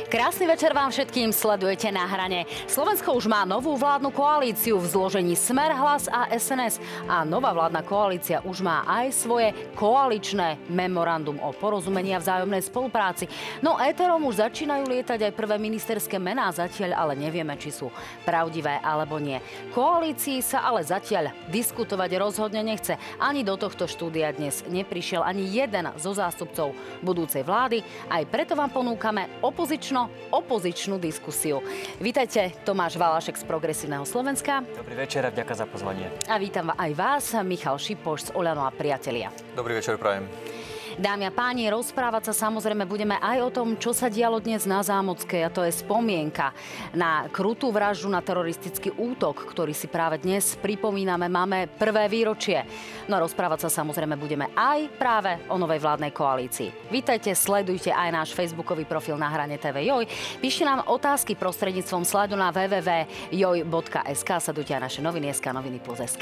Krásny večer vám všetkým, sledujete Na hrane. Slovensko už má novú vládnu koalíciu v zložení Smer, Hlas a SNS. A nová vládna koalícia už má aj svoje koaličné memorandum o porozumení a vzájomnej spolupráci. No éterom už začínajú lietať aj prvé ministerské mená zatiaľ, ale nevieme, či sú pravdivé alebo nie. Koalícii sa ale zatiaľ diskutovať rozhodne nechce. Ani do tohto štúdia dnes neprišiel ani jeden zo zástupcov budúcej vlády. Aj preto vám ponúkame opozičnú diskusiu. Vítajte, Tomáš Valašek z Progresívneho Slovenska. Dobrý večer a ďakujem za pozvanie. A vítam aj vás, Michal Šipoš z Oľano a priatelia. Dobrý večer, prajem. Dámy a páni, rozprávať sa samozrejme budeme aj o tom, čo sa dialo dnes na Zámockej, a to je spomienka na krutú vraždu, na teroristický útok, ktorý si práve dnes pripomíname. Máme prvé výročie. No a rozprávať sa samozrejme budeme aj práve o novej vládnej koalícii. Vítajte, sledujte aj náš facebookový profil Na hrane TV Joj. Píšte nám otázky prostredníctvom slajdu na www.joj.sk. Sledujte aj naše noviny SK, noviny+SK.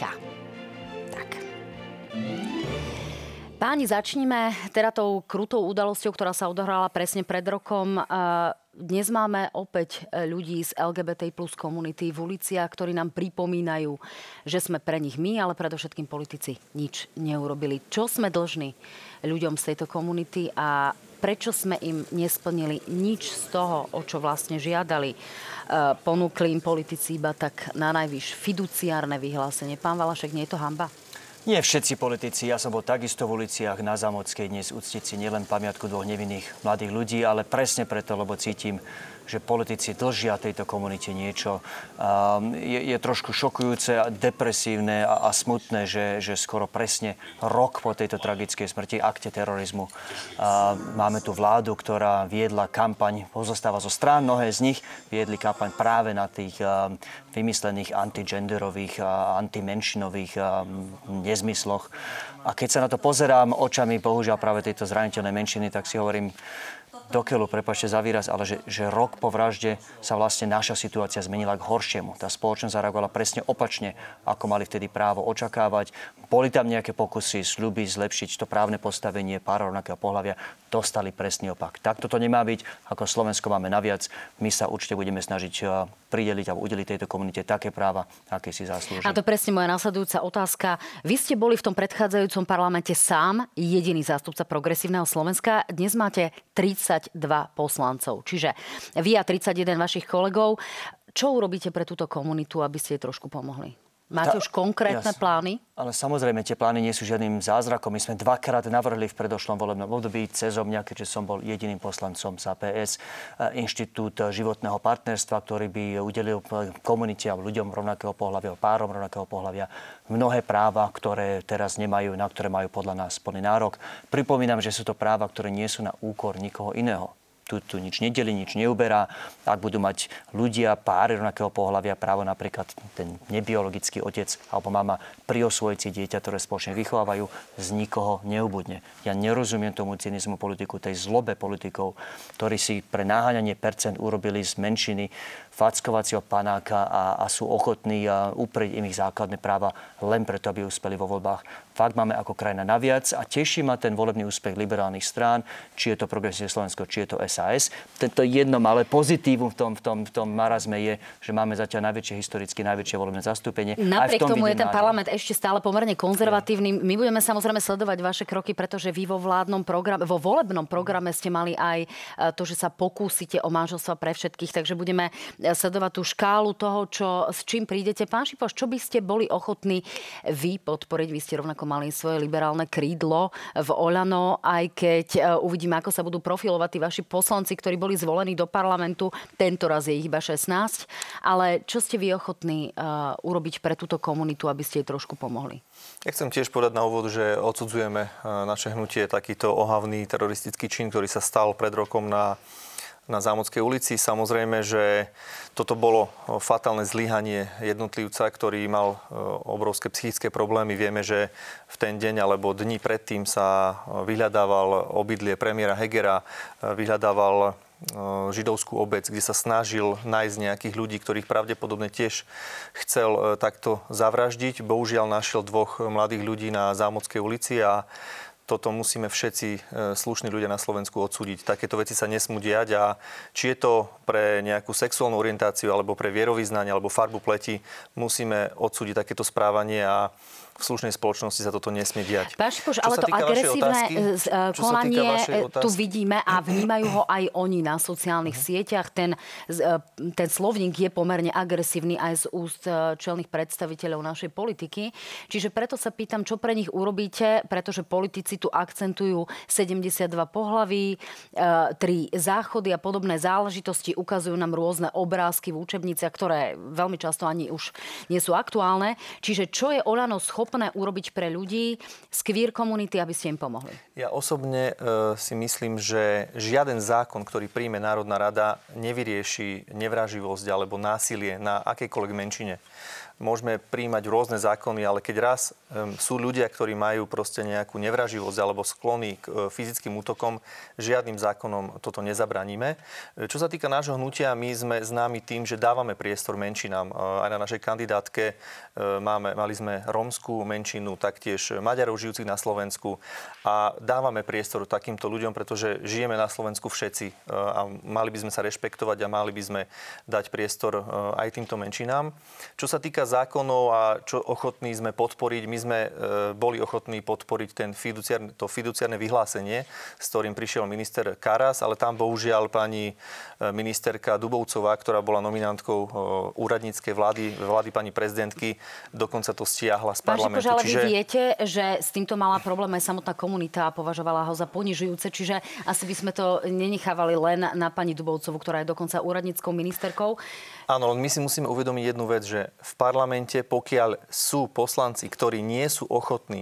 Páni, začníme teda tou krutou udalosťou, ktorá sa odohrala presne pred rokom. Dnes máme opäť ľudí z LGBT plus komunity v uliciach, ktorí nám pripomínajú, že sme pre nich my, ale predovšetkým politici nič neurobili. Čo sme dlžní ľuďom z tejto komunity a prečo sme im nesplnili nič z toho, o čo vlastne žiadali? Ponúkli im politici iba tak na najvyš fiduciárne vyhlásenie. Pán Valašek, nie je to hanba? Nie všetci politici, ja som bol takisto v uliciach na Zámockej dnes uctiť si nielen pamiatku dvoch nevinných mladých ľudí, ale presne preto, lebo cítim, že politici dlžia tejto komunite niečo. Je trošku šokujúce, depresívne a smutné, že skoro presne rok po tejto tragickej smrti, akte terorizmu, máme tu vládu, ktorá viedla kampaň, pozostáva zo strán, mnohé z nich viedli kampaň práve na tých vymyslených antigenderových, antimenšinových nezmysloch. A keď sa na to pozerám očami, bohužiaľ práve tejto zraniteľnej menšiny, tak si hovorím, dokeľu, prepáčte za výraz, ale že rok po vražde sa vlastne naša situácia zmenila k horšiemu. Tá spoločnosť zareagovala presne opačne, ako mali vtedy právo očakávať. Boli tam nejaké pokusy, sľuby zlepšiť to právne postavenie párov rovnakého pohlavia, dostali presný opak. Takto to nemá byť, ako Slovensko máme naviac. My sa určite budeme snažiť prideliť alebo udeliť tejto komunite také práva, aké si zaslúži. A to presne moja nasledujúca otázka. Vy ste boli v tom predchádzajúcom parlamente sám, jediný zástupca Progresívneho Slovenska. Dnes máte 32 poslancov. Čiže vy a 31 vašich kolegov. Čo urobíte pre túto komunitu, aby ste jej trošku pomohli? Máte už konkrétne plány? Ale samozrejme, tie plány nie sú žiadnym zázrakom. My sme dvakrát navrhli v predošlom volebnom období cezom, keďže som bol jediným poslancom za PS, Inštitút životného partnerstva, ktorý by udelil komunite a ľuďom rovnakého pohlavia, párom rovnakého pohlavia mnohé práva, ktoré teraz nemajú, na ktoré majú podľa nás plný nárok. Pripomínam, že sú to práva, ktoré nie sú na úkor nikoho iného. Tu nič nedelí, nič neuberá. Ak budú mať ľudia, páry rovnakého pohlavia právo, napríklad ten nebiologický otec alebo mama priosvojiť si dieťa, ktoré spoločne vychovávajú, z nikoho neubudne. Ja nerozumiem tomu cynizmu politiku, tej zlobe politikov, ktorí si pre naháňanie percent urobili z menšiny fackovacieho panáka a sú ochotní uprieť im ich základné práva len preto, aby uspeli vo voľbách. Fakt máme ako krajina naviac a teší ma ten volebný úspech liberálnych strán, či je to Progresívne Slovensko, či je to SAS. Tento jedno malé pozitívum v tom marazme je, že máme zatiaľ historicky najväčšie volebné zastúpenie. Napriek tomu je ten parlament ešte stále pomerne konzervatívny. My budeme samozrejme sledovať vaše kroky, pretože vy vo volebnom programe ste mali aj to, že sa pokúsite o manželstva pre všetkých, takže budeme sledovať tú škálu toho, s čím prídete. Pán Šipoš, čo by ste boli ochotní vy podporiť? Vy ste rovnako mali svoje liberálne krídlo v Oľano, aj keď uvidíme, ako sa budú profilovať tí vaši poslanci, ktorí boli zvolení do parlamentu. Tento raz je ich iba 16. Ale čo ste vy ochotní urobiť pre túto komunitu, aby ste jej trošku pomohli? Ja chcem tiež povedať na úvod, že odsudzujeme naše hnutie takýto ohavný teroristický čin, ktorý sa stal pred rokom na Zámockej ulici. Samozrejme, že toto bolo fatálne zlyhanie jednotlivca, ktorý mal obrovské psychické problémy. Vieme, že v ten deň alebo dni predtým sa vyhľadával obydlie premiéra Hegera, vyhľadával židovskú obec, kde sa snažil nájsť nejakých ľudí, ktorých pravdepodobne tiež chcel takto zavraždiť. Bohužiaľ našiel dvoch mladých ľudí na Zámockej ulici a toto musíme všetci slušní ľudia na Slovensku odsúdiť. Takéto veci sa nesmú diať a či je to pre nejakú sexuálnu orientáciu alebo pre vierovyznanie alebo farbu pleti, musíme odsúdiť takéto správanie a v slušnej spoločnosti sa toto nesmie diať. Pán Šipoš, ale to agresívne konanie tu vidíme a vnímajú ho aj oni na sociálnych sieťach. Ten slovník je pomerne agresívny aj z úst čelných predstaviteľov našej politiky. Čiže preto sa pýtam, čo pre nich urobíte, pretože politici tu akcentujú 72 pohlaví, 3 záchody a podobné záležitosti, ukazujú nám rôzne obrázky v učebniciach, ktoré veľmi často ani už nie sú aktuálne. Čiže čo je Oľano schopné urobiť pre ľudí z queer komunity, aby ste im pomohli? Ja osobne si myslím, že žiaden zákon, ktorý príjme Národná rada, nevyrieši nevraživosť alebo násilie na akejkoľvek menšine. Môžeme prijímať rôzne zákony, ale keď raz sú ľudia, ktorí majú proste nejakú nevraživosť alebo sklony k fyzickým útokom, žiadnym zákonom toto nezabraníme. Čo sa týka nášho hnutia, my sme známi tým, že dávame priestor menšinám. Aj na našej kandidátke mali sme rómskú menšinu, taktiež Maďarov žijúcich na Slovensku a dávame priestor takýmto ľuďom, pretože žijeme na Slovensku všetci a mali by sme sa rešpektovať a mali by sme dať priestor aj týmto menšinám. Čo sa týka zákonov a čo ochotní sme podporiť, my sme boli ochotní podporiť to fiduciárne vyhlásenie, s ktorým prišiel minister Karas, ale tam bohužiaľ pani ministerka Dubovcová, ktorá bola nominantkou úradníckej vlády pani prezidentky, dokonca to stiahla z parlamentu. Pán Šipoš, ale vy viete, že s týmto mala problém aj samotná komunita a považovala ho za ponižujúce, čiže asi by sme to nenechávali len na pani Dubovcovú, ktorá je dokonca úradníckou ministerkou. Áno, my si musíme uvedomiť jednu vec, že v parlamente, pokiaľ sú poslanci, ktorí nie sú ochotní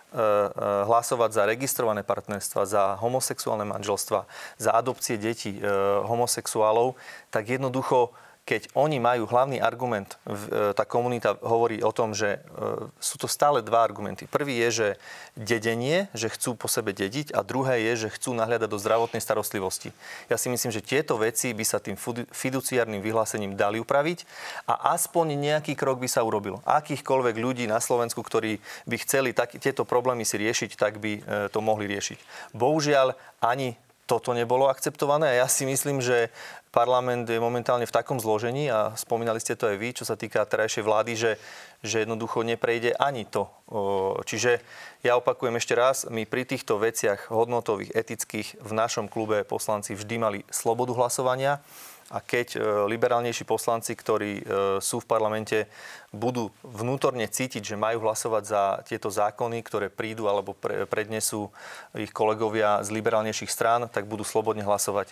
hlasovať za registrované partnerstva, za homosexuálne manželstva, za adopcie detí homosexuálov, tak jednoducho, keď oni majú hlavný argument, tá komunita hovorí o tom, že sú to stále dva argumenty. Prvý je, že dedenie, že chcú po sebe dediť a druhé je, že chcú nahliadať do zdravotnej starostlivosti. Ja si myslím, že tieto veci by sa tým fiduciárnym vyhlásením dali upraviť a aspoň nejaký krok by sa urobil. Akýchkoľvek ľudí na Slovensku, ktorí by chceli tieto problémy si riešiť, tak by to mohli riešiť. Bohužiaľ, ani toto nebolo akceptované a ja si myslím, že parlament je momentálne v takom zložení a spomínali ste to aj vy, čo sa týka terajšej vlády, že jednoducho neprejde ani to. Čiže ja opakujem ešte raz, my pri týchto veciach hodnotových, etických v našom klube poslanci vždy mali slobodu hlasovania a keď liberálnejší poslanci, ktorí sú v parlamente, budú vnútorne cítiť, že majú hlasovať za tieto zákony, ktoré prídu alebo prednesú ich kolegovia z liberálnejších strán, tak budú slobodne hlasovať.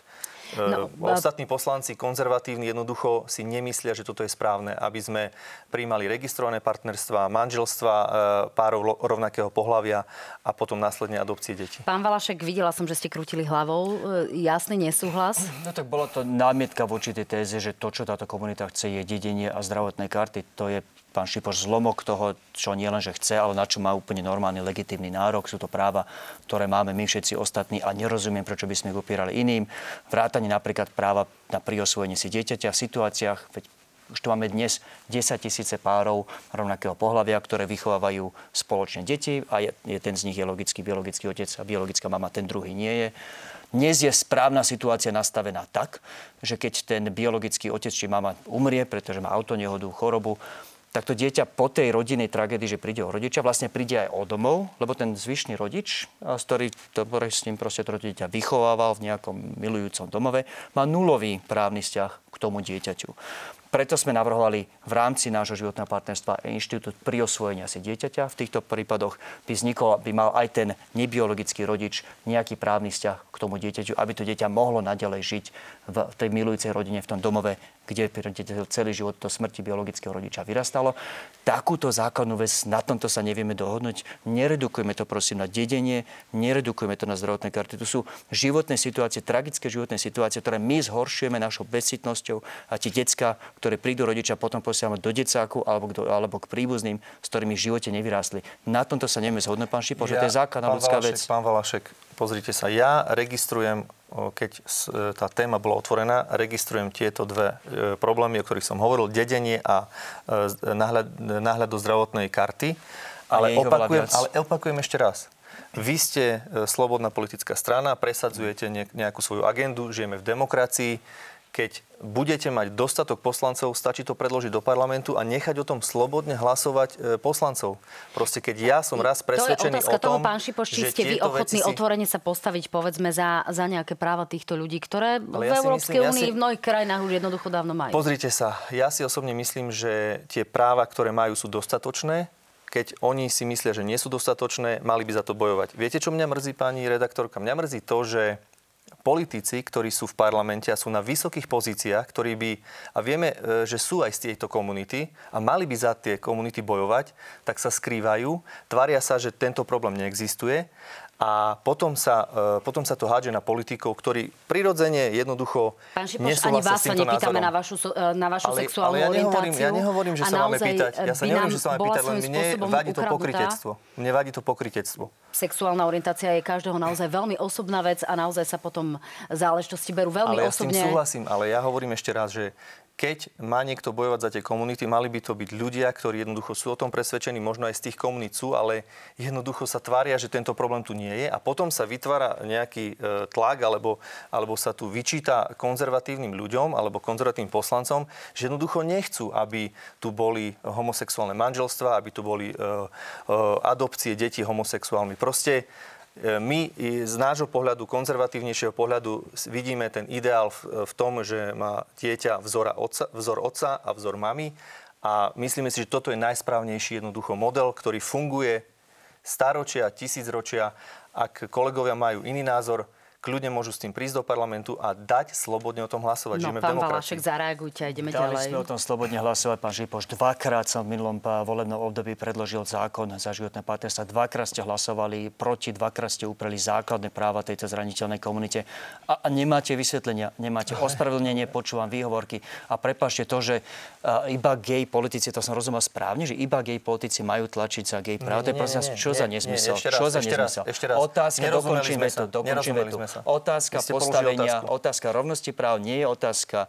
Ostatní poslanci konzervatívni jednoducho si nemyslia, že toto je správne, aby sme prijímali registrované partnerstvá, manželstva párov rovnakého pohlavia a potom následne adopcie detí. Pán Valašek, videla som, že ste krútili hlavou. Jasný nesúhlas? No tak bola to námietka voči tej téze, že to, čo táto komunita chce, je dedenie a zdravotné karty. To je, pán Šipoš, zlomok toho, čo nie len, že chce, ale na čo má úplne normálny, legitímny nárok. Sú to práva, ktoré máme my všetci ostatní a nerozumiem, prečo by sme ich upierali iným. Vrátane napríklad práva na priosvojenie si dieťaťa v situáciách, veď už tu máme dnes 10 000 párov rovnakého pohlavia, ktoré vychovávajú spoločne deti a ten z nich je logický biologický otec a biologická mama, ten druhý nie je. Dnes je správna situácia nastavená tak, že keď ten biologický otec či mama umrie, pretože má autonehodu, chorobu, tak to dieťa po tej rodinnej tragédii, že príde o rodiča, vlastne príde aj o domov, lebo ten zvyšný rodič, ktorý s ním proste to dieťa vychovával v nejakom milujúcom domove, má nulový právny vzťah k tomu dieťaťu. Preto sme navrhovali v rámci nášho životného partnerstva inštitút priosvojenia si dieťaťa. V týchto prípadoch by mal aj ten nebiologický rodič nejaký právny vzťah k tomu dieťaťu, aby to dieťa mohlo naďalej žiť v tej milujúcej rodine, v tom domove, kde celý život do smrti biologického rodiča vyrastalo. Takúto základnú vec, na tomto sa nevieme dohodnúť. Neredukujeme to prosím na dedenie, neredukujeme to na zdravotné karty. Tu sú životné situácie, tragické životné situácie, ktoré my zhoršujeme našou bezcitnosťou a tie decká, ktoré prídu rodičia, potom posielame do decáku alebo k príbuzným, s ktorými v živote nevyrástli. Na tomto sa nevieme zhodnúť, pán Šipoš, že to je základná ľudská vec. Pán Valašek, pozrite sa, ja registrujem, keď tá téma bola otvorená, registrujem tieto dve problémy, o ktorých som hovoril, dedenie a náhľad do zdravotnej karty. Ale opakujem ešte raz. Vy ste slobodná politická strana, presadzujete nejakú svoju agendu, žijeme v demokracii. Keď budete mať dostatok poslancov, stačí to predložiť do parlamentu a nechať o tom slobodne hlasovať poslancov. Proste keď ja som raz presvedčený o tom, pán Šipoš, či ste vy ochotní otvorene sa postaviť, povedzme, za nejaké práva týchto ľudí, ktoré v Európskej únii v mnohých krajinách už jednoducho dávno majú. Pozrite sa, ja si osobne myslím, že tie práva, ktoré majú, sú dostatočné. Keď oni si myslia, že nie sú dostatočné, mali by za to bojovať. Viete, čo mňa mrzí, pani redaktorka? Mňa mrzí to, že politici, ktorí sú v parlamente a sú na vysokých pozíciách, ktorí by, a vieme, že sú aj z tejto komunity a mali by za tie komunity bojovať, tak sa skrývajú, tvária sa, že tento problém neexistuje a potom sa to hádže na politikov, ktorí prirodzene jednoducho nesúhlasia s týmto názorom. Pán Šipoš, ani vás sa nepýtame na vašu sexuálnu orientáciu. Ja nehovorím, že sa máme pýtať. Ja sa nehovorím, že sa máme pýtať, len mne vadí to pokrytectvo. Mne vadí to pokrytectvo. Sexuálna orientácia je každého naozaj veľmi osobná vec a naozaj sa potom záležitosti berú veľmi osobne. Ale ja s tým súhlasím, ale ja hovorím ešte raz, že keď má niekto bojovať za tie komunity, mali by to byť ľudia, ktorí jednoducho sú o tom presvedčení, možno aj z tých komunít sú, ale jednoducho sa tvária, že tento problém tu nie je a potom sa vytvára nejaký tlak alebo sa tu vyčíta konzervatívnym ľuďom alebo konzervatívnym poslancom, že jednoducho nechcú, aby tu boli homosexuálne manželstvá, aby tu boli adopcie detí homosexuálmi. Proste my z nášho pohľadu, konzervatívnejšieho pohľadu, vidíme ten ideál v tom, že má dieťa vzor otca a vzor mamy a myslíme si, že toto je najsprávnejší jednoducho model, ktorý funguje staročia, tisícročia. Ak kolegovia majú iný názor, kľudne môžu s tým prísť do parlamentu a dať slobodne o tom hlasovať. Žijeme v demokracii. Pán Valašek, zareagujte a ideme ďalej. Dali sme o tom slobodne hlasovať, pán Šipoš. Dvakrát som v minulom volebnom období predložil zákon za životné partnerstvo. Dvakrát ste hlasovali proti, dvakrát ste upreli základné práva tejto zraniteľnej komunite. A nemáte vysvetlenia, nemáte ospravedlnenie, počúvam výhovorky. A prepáčte to, že iba gay politici, to som rozumel správne, že iba gay politici majú tlačiť za gay práva. To je prosím, čo za nezmysel? Čo za nezmysel? Otázka, dokončím vetu. Otázka postavenia, otázka rovnosti práv nie je otázka,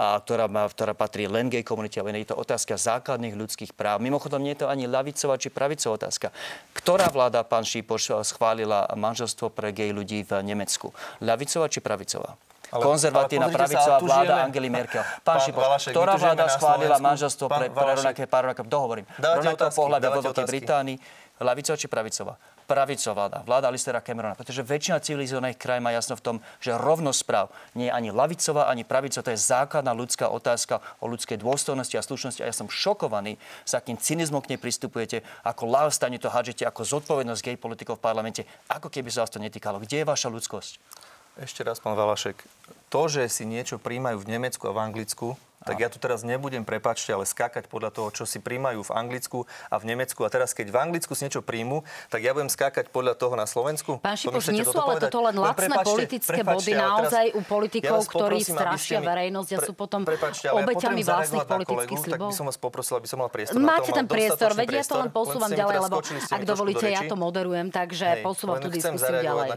ktorá patrí len gay komunite, ale je to otázka základných ľudských práv. Mimochodom, nie je to ani ľavicová či pravicová otázka. Ktorá vláda, pán Šipoš, schválila manželstvo pre gay ľudí v Nemecku? Ľavicová či pravicová? Konzervatívna pravicová vláda Angely Merkel. Pán Šipoš, ktorá vláda schválila manželstvo pre rovnaké páry? Dohovorím. Rovnakého pohľavia vo Veľkej Británii. Ľavicová či pravicová? Pravicová vláda Alistera Camerona. Pretože väčšina civilizovaných krajín má jasno v tom, že rovnosť práv nie je ani ľavicová, ani pravicová. To je základná ľudská otázka o ľudskej dôstojnosti a slušnosti. A ja som šokovaný, s akým cynizmom k nej pristupujete, ako ľahostajne to hádžete ako zodpovednosť gay politikov v parlamente, ako keby sa vás to netýkalo. Kde je vaša ľudskosť? Ešte raz, pán Valašek. To, že si niečo príjmajú v Nemecku a v Anglicku, tak ja tu teraz nebudem, prepáčte, ale skákať podľa toho, čo si príjmajú v Anglicku a v Nemecku. A teraz, keď v Anglicku si niečo príjmu, tak ja budem skákať podľa toho na Slovensku. Pán Šipoš, nie sú ale toto len lacné politické body naozaj u politikov, ktorí strašia verejnosť a sú potom obeťami vlastných politických sľubov? Tak by som vás poprosil, aby som mal priestor. Máte ten priestor, veď ja to len posúvam ďalej, lebo ak dovolíte, ja to moderujem, takže posúvam tú diskusiu ďalej.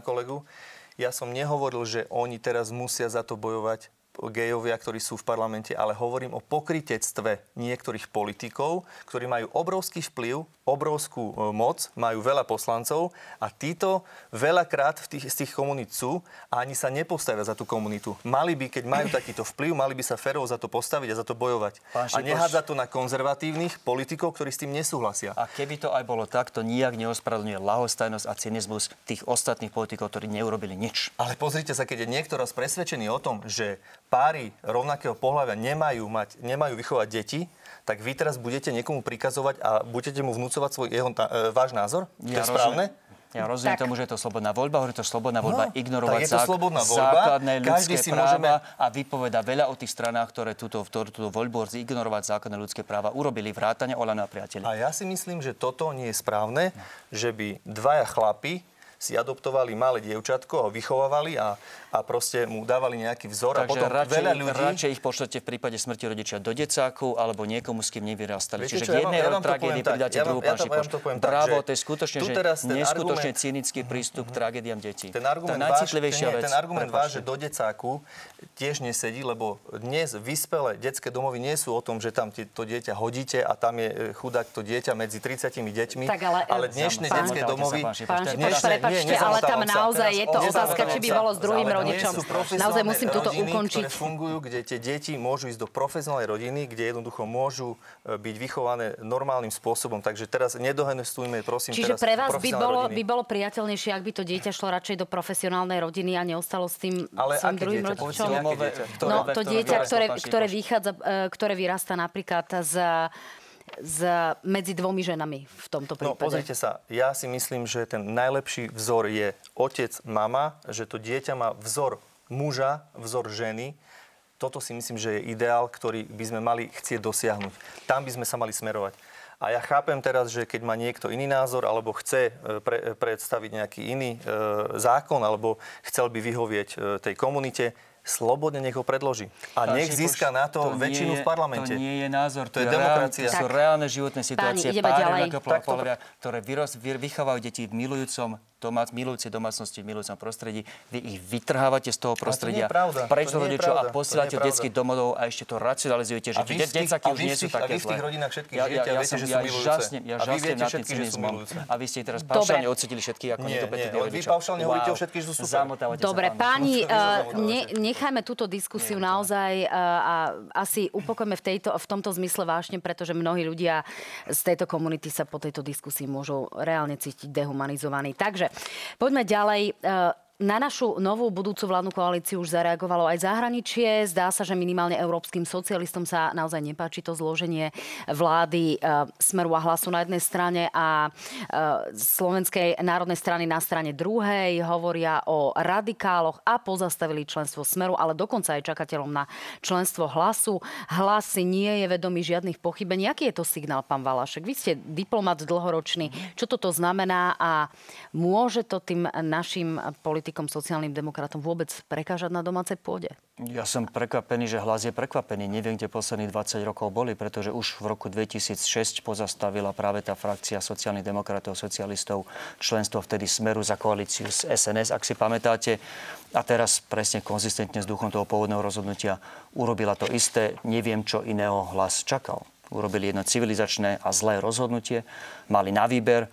Ja som nehovoril, že oni teraz musia za to bojovať, gejovia, ktorí sú v parlamente, ale hovorím o pokrytectve niektorých politikov, ktorí majú obrovský vplyv, obrovskú moc, majú veľa poslancov a títo veľakrát z tých komunít sú a ani sa nepostavia za tú komunitu. Mali by, keď majú takýto vplyv, mali by sa férovo za to postaviť a za to bojovať. A nehádzať to na konzervatívnych politikov, ktorí s tým nesúhlasia. A keby to aj bolo tak, to nijak neospravedlňuje ľahostajnosť a cynizmus tých ostatných politikov, ktorí neurobili nič. Ale pozrite sa, keď je niekto raz presvedčený o tom, že páry rovnakého pohľavia nemajú vychovať deti, tak vy teraz budete niekomu prikazovať a budete mu vnúcovať váš názor? To je správne? Ja rozumiem tomu, že je to slobodná voľba, hovorí to slobodná voľba ignorovať základné ľudské práva a vypoveda veľa o tých stranách, ktoré túto voľbu ignorovať základné ľudské práva urobili vrátane Olano a priateľi. A ja si myslím, že toto nie je správne, že by dvaja chlapi si adoptovali malé dievčatko a vychovávali a proste mu dávali nejaký vzor. Takže a potom veľa ľudí... radšej ich pošlete v prípade smrti rodičia do decáku alebo niekomu, s kým nevyrastali. Viete, čiže jednej tragédii pridáte druhú, pán Šipoš. Bravo, to je skutočne, že neskutočne cynický prístup k tragédiám detí. Ten argument váš, že do decáku tiež nesedí, lebo dnes vyspelé detské domovy nie sú o tom, že tam to dieťa hodíte a tam je chudák to dieťa medzi 30 deťmi. Ale dnešné detské domovy... Pán Šipoš, prepáčte, ale tam naozaj je to otázka, či by bolo s druhým rodičom. Naozaj musím toto ukončiť. Ktoré fungujú, kde tie deti môžu ísť do profesionálnej rodiny, kde jednoducho môžu byť vychované normálnym spôsobom. Takže teraz nedohonestujme, prosím, čiže teraz pre vás by profesionálne bolo priateľnejšie, ak by to dieťa šlo radšej do profesionálnej rodiny a neostalo s tým svojím druhým rodičom? No, to dieťa, ktoré vychádza, ktoré vyrastá napríklad medzi dvomi ženami v tomto prípade. No, pozrite sa, ja si myslím, že ten najlepší vzor je otec, mama, že to dieťa má vzor muža, vzor ženy. Toto si myslím, že je ideál, ktorý by sme mali chcieť dosiahnuť. Tam by sme sa mali smerovať. A ja chápem teraz, že keď má niekto iný názor, alebo chce predstaviť nejaký iný zákon, alebo chcel by vyhovieť tej komunite, slobodne nech ho predloží. A nech získa na to väčšinu v parlamente. To nie je názor, to je demokracia. To sú reálne životné situácie. Páni, ktoré vychovajú deti v milujúcej domácnosti, v milujúcom prostredí. Vy ich vytrhávate z toho prostredia. Preč rodičov a posielate do detských domovov a ešte to racionalizujete, že decáky už nie sú také zlé. A vy v tých rodinách všetkých žijete a viete, že sú milujúce. Ja žasnem nad tým cynizmom. A vy ste ich teraz paušálne odsedili všetkých ako nekompetentní rodičia. Vy paušálne hovoríte o všetkých, že sú super. Dobre, páni, nechajme túto diskusiu naozaj a asi upokojme v tomto zmysle vášne, pretože mnohí ľudia z tejto komunity sa po tejto diskusii môžu reálne cítiť dehumanizovaní. Takže poďme ďalej. Na našu novú budúcu vládnu koalíciu už zareagovalo aj zahraničie. Zdá sa, že minimálne európskym socialistom sa naozaj nepáči to zloženie vlády Smeru a Hlasu na jednej strane a Slovenskej národnej strany na strane druhej. Hovoria o radikáloch a pozastavili členstvo Smeru, ale dokonca aj čakateľom na členstvo Hlasu. Hlas si nie je vedomý žiadnych pochybení. Aký je to signál, pán Valašek? Vy ste diplomat dlhoročný. Čo toto znamená a môže to tým našim politikom, sociálnym demokratom vôbec prekážať na domácej pôde? Ja som prekvapený, že Hlas je prekvapený. Neviem, kde posledných 20 rokov boli, pretože už v roku 2006 pozastavila práve tá frakcia sociálnych demokratov, socialistov členstvo vtedy Smeru za koalíciu s SNS, ak si pamätáte. A teraz presne konzistentne s duchom toho pôvodného rozhodnutia urobila to isté. Neviem, čo iného Hlas čakal. Urobili jedno civilizačné a zlé rozhodnutie. Mali na výber,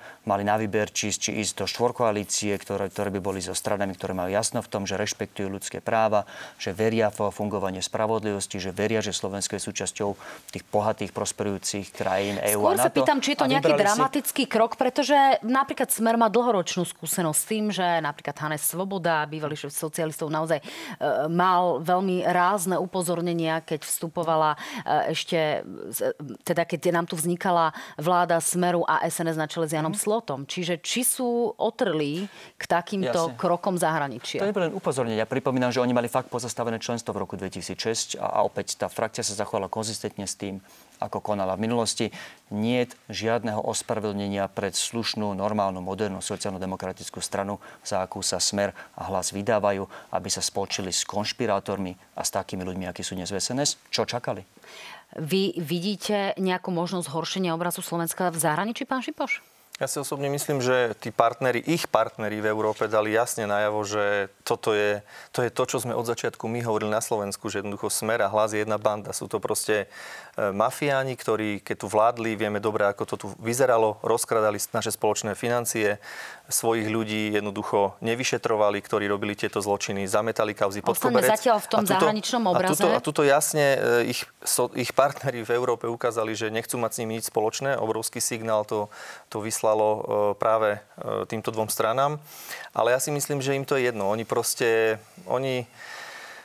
či ísť do štvorkoalície, ktoré by boli so stranami, ktoré majú jasno v tom, že rešpektujú ľudské práva, že veria v fungovanie spravodlivosti, že veria, že Slovensko je súčasťou tých bohatých, prosperujúcich krajín EÚ a NATO. Skôr sa pýtam, či je to nejaký dramatický krok, pretože napríklad Smer má dlhoročnú skúsenosť s tým, že napríklad Hannes Svoboda, bývalý šéf socialistov, naozaj mal veľmi rázne upozornenia, keď vstupovala teda keď nám tu vznikala vláda Smeru a SNS na čele s Janom Slotom. Čiže či sú otrlí k takýmto krokom zahraničia? To je len upozornenie. Ja pripomínam, že oni mali fakt pozastavené členstvo v roku 2006 a opäť tá frakcia sa zachovala konzistentne s tým, ako konala v minulosti. Niet žiadneho ospravedlnenia pred slušnú, normálnu, modernú sociálno-demokratickú stranu, za akú sa Smer a Hlas vydávajú, aby sa spolčili s konšpirátormi a s takými ľuďmi, akí sú dnes v SNS. Čo čakali? Vy vidíte nejakú možnosť zhoršenia obrazu Slovenska v zahraničí, pán Šipoš? Ja si osobne myslím, že ich partneri v Európe dali jasne najavo, že to je to, čo sme od začiatku my hovorili na Slovensku, že jednoducho Smer a Hlas je jedna banda. Sú to proste mafiáni, ktorí keď tu vládli, vieme dobre, ako to tu vyzeralo, rozkradali naše spoločné financie, svojich ľudí jednoducho nevyšetrovali, ktorí robili tieto zločiny, zametali kauzy pod koberec. Ostaňme zatiaľ v tom zahraničnom obraze. A tuto jasne ich partneri v Európe ukázali, že nechcú mať s nimi nič spoločné. Obrovský signál to vyslalo práve týmto dvom stranám. Ale ja si myslím, že im to je jedno.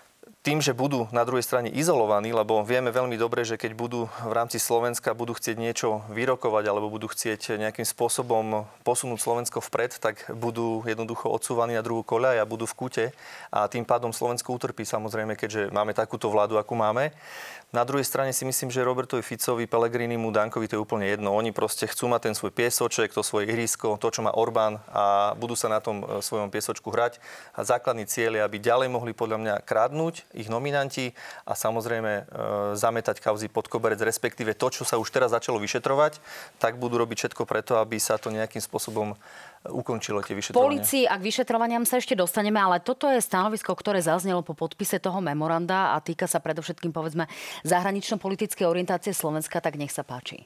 tým, že budú na druhej strane izolovaní, lebo vieme veľmi dobre, že keď budú v rámci Slovenska budú chcieť niečo vyrokovať alebo budú chcieť nejakým spôsobom posunúť Slovensko vpred, tak budú jednoducho odsúvaní na druhú koľaj a budú v kúte a tým pádom Slovensko utrpí, samozrejme, keďže máme takúto vládu, akú máme. Na druhej strane si myslím, že Robertovi Ficovi, Pellegrinimu, Dankovi to je úplne jedno. Oni proste chcú mať ten svoj piesoček, to svoje ihrisko, to, čo má Orbán a budú sa na tom svojom piesočku hrať. A základný cieľ je, aby ďalej mohli podľa mňa krádnuť ich nominanti a samozrejme zametať kauzy pod koberec, respektíve to, čo sa už teraz začalo vyšetrovať, tak budú robiť všetko preto, aby sa to nejakým spôsobom ukončilo tie vyšetrovania. Polícii a k vyšetrovaniam sa ešte dostaneme, ale toto je stanovisko, ktoré zaznelo po podpise toho memoranda a týka sa predovšetkým, povedzme, zahranično-politickej orientácie Slovenska, tak nech sa páči.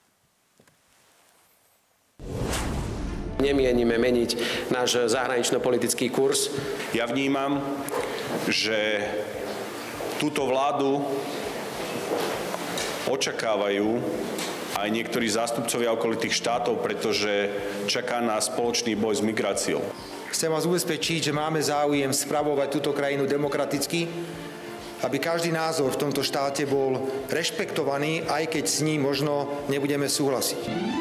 Nemienime meniť náš zahranično-politický kurz. Ja vnímam, že túto vládu očakávajú aj niektorí zástupcovia okolitých štátov, pretože čaká nás spoločný boj s migráciou. Chcem vás ubezpečiť, že máme záujem spravovať túto krajinu demokraticky, aby každý názor v tomto štáte bol rešpektovaný, aj keď s ním možno nebudeme súhlasiť.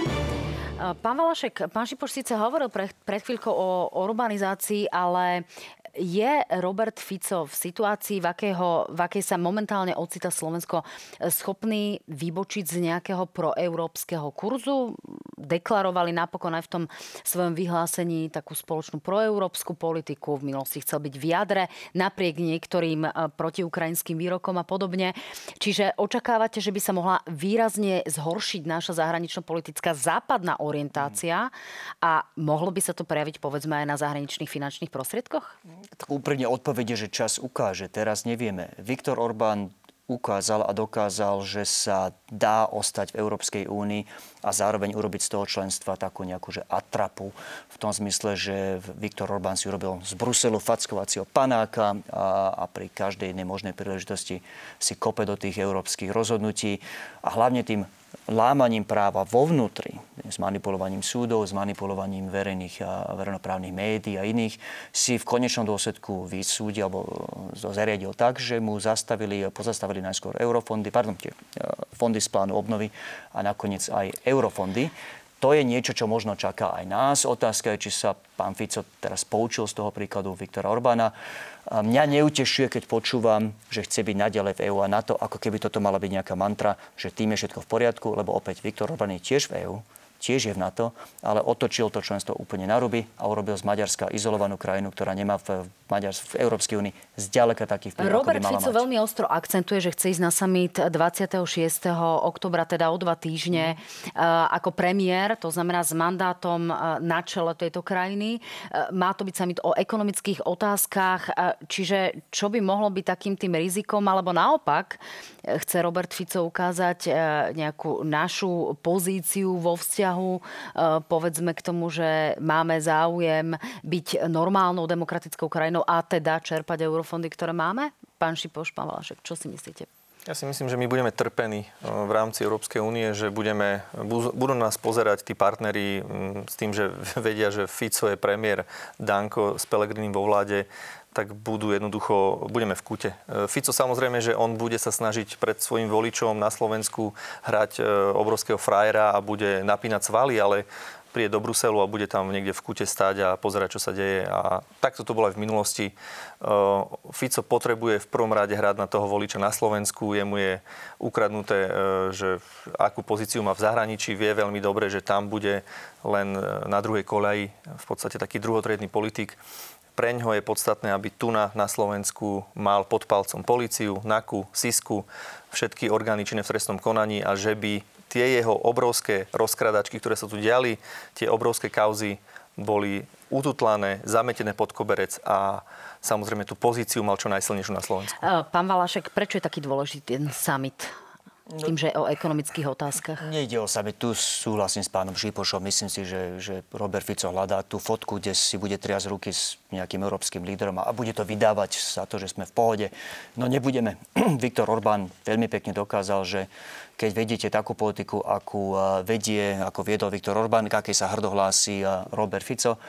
Pán Valašek, pán Šipoš síce hovoril pred chvíľkou o urbanizácii, ale je Robert Fico v situácii, v akej sa momentálne ocita Slovensko, schopný vybočiť z nejakého proeurópskeho kurzu? Deklarovali napokon aj v tom svojom vyhlásení takú spoločnú proeurópsku politiku. V minulosti chcel byť v jadre napriek niektorým protiukrajinským výrokom a podobne. Čiže očakávate, že by sa mohla výrazne zhoršiť naša zahranično-politická západná orientácia a mohlo by sa to prejaviť povedzme aj na zahraničných finančných prostriedkoch? Tak úprimne odpovede, že čas ukáže. Teraz nevieme. Viktor Orbán ukázal a dokázal, že sa dá ostať v Európskej únii a zároveň urobiť z toho členstva takú nejakú atrapu. V tom zmysle, že Viktor Orbán si urobil z Bruselu fackovacieho panáka a pri každej jednej možnej príležitosti si kope do tých európskych rozhodnutí a hlavne tým lámaním práva vo vnútri, s manipulovaním súdov, s manipulovaním verejných a verejnoprávnych médií a iných, si v konečnom dôsledku vysúdil alebo zariadil tak, že mu pozastavili najskôr fondy z plánu obnovy a nakoniec aj eurofondy. To je niečo, čo možno čaká aj nás. Otázka je, či sa pán Fico teraz poučil z toho príkladu Viktora Orbána. Mňa neutešuje, keď počúvam, že chce byť naďalej v EÚ a NATO, ako keby toto mala byť nejaká mantra, že tým je všetko v poriadku, lebo opäť Viktor Orbán je tiež v EÚ, tiež je v NATO, ale otočil to členstvo úplne na ruby a urobil z Maďarska izolovanú krajinu, ktorá nemá v Európskej únii zďaleka taký vplyv, Robert ako by mala Fico mať. veľmi ostro akcentuje, že chce ísť na summit 26. oktobra, teda o 2 týždne, ako premiér, to znamená s mandátom na čele tejto krajiny. Má to byť summit o ekonomických otázkach, čiže čo by mohlo byť takým tým rizikom, alebo naopak chce Robert Fico ukázať nejakú našu pozíciu vo vzťahu povedzme k tomu, že máme záujem byť normálnou demokratickou krajinou a teda čerpať eurofondy, ktoré máme? Pán Šipoš, pán Valašek, čo si myslíte? Ja si myslím, že my budeme trpení v rámci Európskej únie, že budú nás pozerať tí partneri s tým, že vedia, že Fico je premiér, Danko s Pellegrinim vo vláde, tak budeme v kúte. Fico samozrejme, že on bude sa snažiť pred svojim voličom na Slovensku hrať obrovského frajera a bude napínať svaly, ale príde do Bruselu a bude tam niekde v kúte stáť a pozerať, čo sa deje. A takto to bolo aj v minulosti. Fico potrebuje v prvom rade hrať na toho voliča na Slovensku. Jemu je ukradnuté, že akú pozíciu má v zahraničí. Vie veľmi dobre, že tam bude len na druhej koľaji, v podstate taký druhotriedny politik. Preňho je podstatné, aby tu na Slovensku mal pod palcom políciu, NAKU, SISku, všetky orgány činné v trestnom konaní a že by tie jeho obrovské rozkradačky, ktoré sa tu diali, tie obrovské kauzy boli ututlané, zametené pod koberec a samozrejme tú pozíciu mal čo najsilnejšiu na Slovensku. Pán Valašek, prečo je taký dôležitý ten summit? Tým, že o ekonomických otázkach. Nejde o sami. Tu súhlasím s pánom Šipošom. Myslím si, že Robert Fico hľadá tú fotku, kde si bude triasť ruky s nejakým európskym lídrom a bude to vydávať za to, že sme v pohode. No nebudeme. Viktor Orbán veľmi pekne dokázal, že keď vedíte takú politiku, ako viedol Viktor Orbán, k akej sa hrdohlási Robert Fico,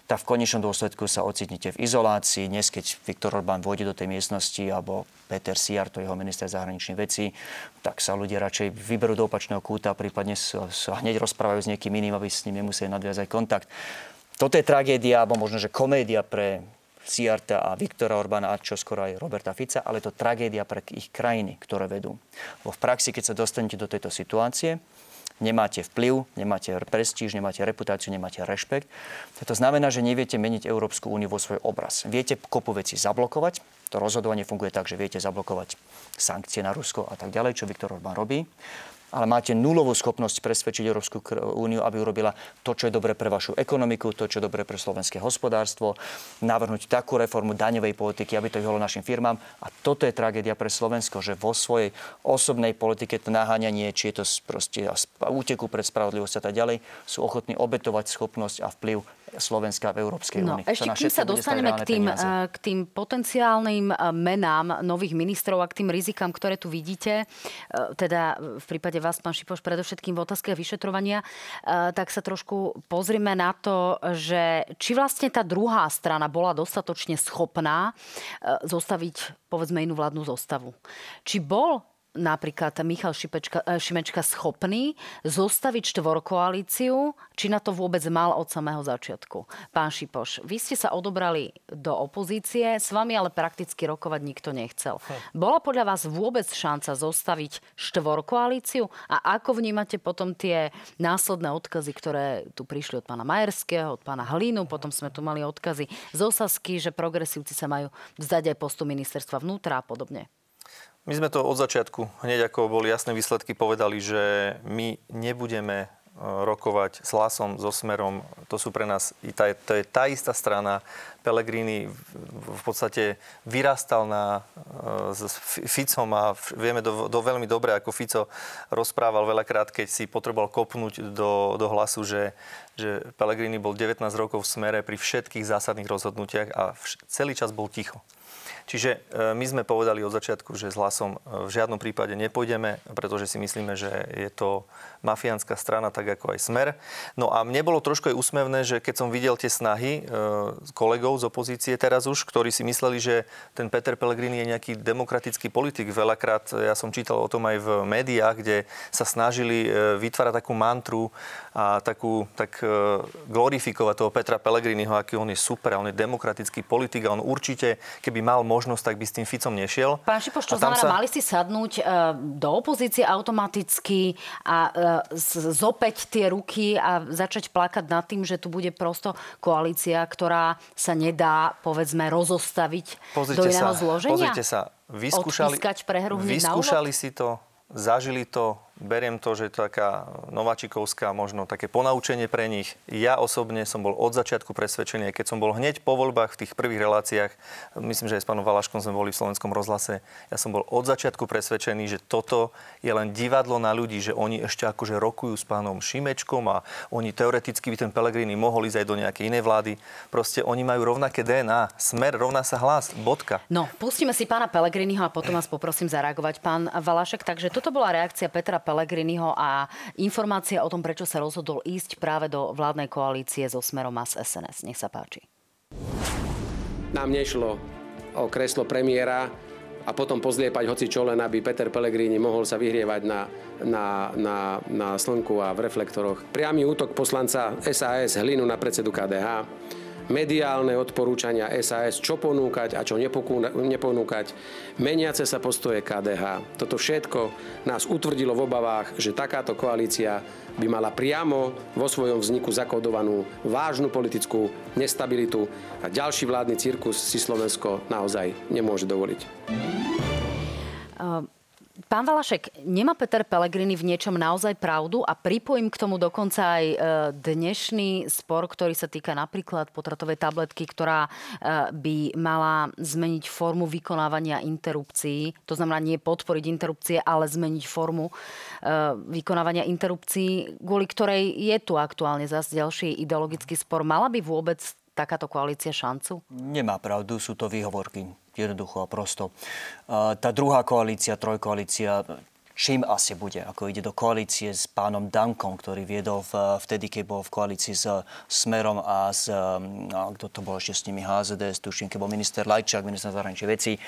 tak v konečnom dôsledku sa ocitnete v izolácii. Dnes, keď Viktor Orbán vôjde do tej miestnosti, alebo Peter Siar, to jeho minister zahraničných vecí, tak sa ľudia radšej vyberú do opačného kúta, prípadne sa hneď rozprávajú s niekým iným, aby s ním nemuseli nadviazať kontakt. Toto je tragédia, alebo možno, že komédia pre Siarta a Viktora Orbána a čoskoro aj Roberta Fica, ale je to tragédia pre ich krajiny, ktoré vedú. Lebo v praxi, keď sa dostanete do tejto situácie, nemáte vplyv, nemáte prestíž, nemáte reputáciu, nemáte rešpekt. To znamená, že neviete meniť Európsku úniu vo svoj obraz. Viete kopu veci zablokovať. To rozhodovanie funguje tak, že viete zablokovať sankcie na Rusko a tak ďalej, čo Viktor Orbán robí. Ale máte nulovú schopnosť presvedčiť Európsku úniu, aby urobila to, čo je dobre pre vašu ekonomiku, to, čo je dobre pre slovenské hospodárstvo, navrhnúť takú reformu daňovej politiky, aby to vyhovalo našim firmám. A toto je tragédia pre Slovensko, že vo svojej osobnej politike to naháňanie, či je to proste úteku pred spravodlivosť a tak ďalej, sú ochotní obetovať schopnosť a vplyv Slovenska v Európskej únii. Ešte kým sa dostaneme k tým potenciálnym menám nových ministrov a k tým rizikám, ktoré tu vidíte, teda v prípade vás, pán Šipoš, predovšetkým v otázke vyšetrovania, tak sa trošku pozrime na to, že či vlastne tá druhá strana bola dostatočne schopná zostaviť, povedzme, inú vládnu zostavu. Či bol napríklad Michal Šimečka schopný zostaviť štvorkoalíciu, či na to vôbec mal od samého začiatku. Pán Šipoš, vy ste sa odobrali do opozície, s vami ale prakticky rokovať nikto nechcel. Bola podľa vás vôbec šanca zostaviť štvorkoalíciu? A ako vnímate potom tie následné odkazy, ktoré tu prišli od pána Majerského, od pána Hlínu, potom sme tu mali odkazy z Osasky, že progresívci sa majú vzdať aj postu ministerstva vnútra a podobne? My sme to od začiatku, hneď ako boli jasné výsledky, povedali, že my nebudeme rokovať s Hlasom, so Smerom. To sú pre nás, to je tá istá strana. Pellegrini v podstate vyrastal s Ficom a vieme veľmi dobre, ako Fico rozprával veľakrát, keď si potreboval kopnúť do Hlasu, že Pellegrini bol 19 rokov v Smere pri všetkých zásadných rozhodnutiach a celý čas bol ticho. Čiže my sme povedali od začiatku, že s Hlasom v žiadnom prípade nepôjdeme, pretože si myslíme, že je to mafiánska strana, tak ako aj Smer. No a mne bolo trošku aj úsmevné, že keď som videl tie snahy kolegov z opozície teraz už, ktorí si mysleli, že ten Peter Pellegrini je nejaký demokratický politik. Veľakrát ja som čítal o tom aj v médiách, kde sa snažili vytvárať takú mantru a tak glorifikovať toho Petra Pellegriniho, aký on je super a on je demokratický politik a on určite, keby mal možnosť, tak by s tým Ficom nešiel. Pán Šipoš, čo znamená, mali si sadnúť do opozície automaticky a zopäť tie ruky a začať plakať nad tým, že tu bude prosto koalícia, ktorá sa nedá, povedzme, rozostaviť do iného zloženia? Pozrite sa, vyskúšali si to, zažili to, beriem to, že je to taká nováčikovská, možno také ponaučenie pre nich. Ja osobne som bol od začiatku presvedčený, keď som bol hneď po voľbách v tých prvých reláciách, myslím, že aj s pánom Valaškom sme boli v Slovenskom rozhlase, ja som bol od začiatku presvedčený, že toto je len divadlo na ľudí, že oni ešte akože rokujú s pánom Šimečkom a oni teoreticky by ten Pellegrini mohol ísť aj do nejakej inej vlády. Proste oni majú rovnaké DNA. Smer rovná sa Hlas. Bodka. No, pustíme si pána Pellegriniho a potom vás poprosím zareagovať, pán Valašek. Takže toto bola reakcia Petra Pellegriniho a informácia o tom, prečo sa rozhodol ísť práve do vládnej koalície so Smerom a s SNS. Nech sa páči. Nám nešlo o kreslo premiéra a potom pozliepať hoci čo len, aby Peter Pellegrini mohol sa vyhrievať na slnku a v reflektoroch. Priamy útok poslanca SAS Hlinu na predsedu KDH, mediálne odporúčania SAS, čo ponúkať a čo neponúkať, meniace sa postoje KDH. Toto všetko nás utvrdilo v obavách, že takáto koalícia by mala priamo vo svojom vzniku zakódovanú vážnu politickú nestabilitu a ďalší vládny cirkus si Slovensko naozaj nemôže dovoliť. Pán Valašek, nemá Peter Pellegrini v niečom naozaj pravdu a pripojím k tomu dokonca aj dnešný spor, ktorý sa týka napríklad potratovej tabletky, ktorá by mala zmeniť formu vykonávania interrupcií. To znamená nie podporiť interrupcie, ale zmeniť formu vykonávania interrupcií, kvôli ktorej je tu aktuálne zase ďalší ideologický spor. Mala by vôbec takáto koalícia šancu? Nemá pravdu, sú to výhovorky. Jednoducho a prosto. Tá druhá koalícia, trojkoalícia, čím asi bude. Ako ide do koalície s pánom Dankom, ktorý viedol vtedy, keď bol v koalícii s Smerom a kto to bol ešte s nimi, HZDS, tuším, keď bol minister Lajčák, minister zahraničných vecí.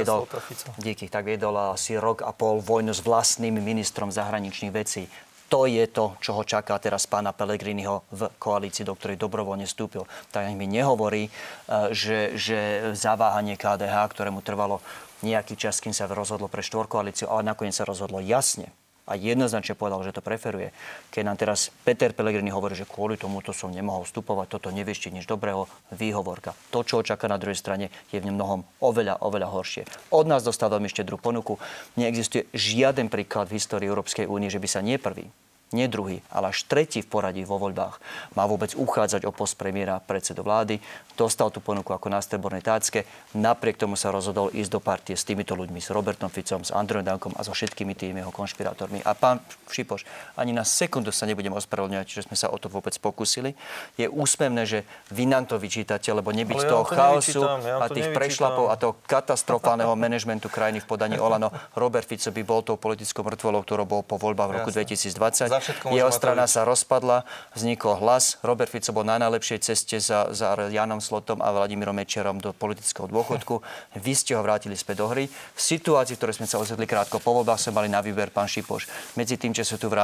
Viedol asi rok a pol vojnu s vlastným ministrom zahraničných vecí. To je to, čo ho čaká teraz pána Pellegriniho v koalícii, do ktorej dobrovoľne vstúpil. Tak mi nehovorí, že zaváhanie KDH, ktorému trvalo nejaký čas, kým sa rozhodlo pre štvorkoalíciu, ale nakoniec sa rozhodlo jasne a jednoznačne povedal, že to preferuje. Keď nám teraz Peter Pellegrini hovorí, že kvôli tomuto som nemohol vstupovať, toto nevieš nič dobrého, výhovorka. To, čo očaká na druhej strane, je v mnohom oveľa horšie. Od nás dostal veľmi štedrú ponuku. Neexistuje žiaden príklad v histórii Európskej únie, že by sa nie prvý, nie druhý, ale až tretí v poradí vo voľbách má vôbec uchádzať o post premiéra, predsedu vlády. Dostal tú ponuku ako na striebornej tácke. Napriek tomu sa rozhodol ísť do partie s týmito ľuďmi, s Robertom Ficom, s Andrejom Dankom a so všetkými tými jeho konšpirátormi. A pán Šipoš, ani na sekundu sa nebudem ospravedlňovať, že sme sa o to vôbec pokúsili. Je úsmevné, že vy nám to vyčítate, lebo nebyť toho chaosu a tých prešlapov a toho katastrofálneho manažmentu krajiny v podaní Olano, Robert Fico by bol tou politickou mŕtvolou, ktorou bol po voľbách v roku 2020. Jeho strana sa rozpadla, vznikol Hlas. Robert Fico bol na najlepšej ceste za Jánom Slotom a Vladimírom Mečiarom do politického dôchodku. Vy ste ho vrátili späť do hry. V situácii, v ktorej sme sa ocitli krátko po voľbách, sme mali na výber pán Šipoš. Medzi tým, či sa tu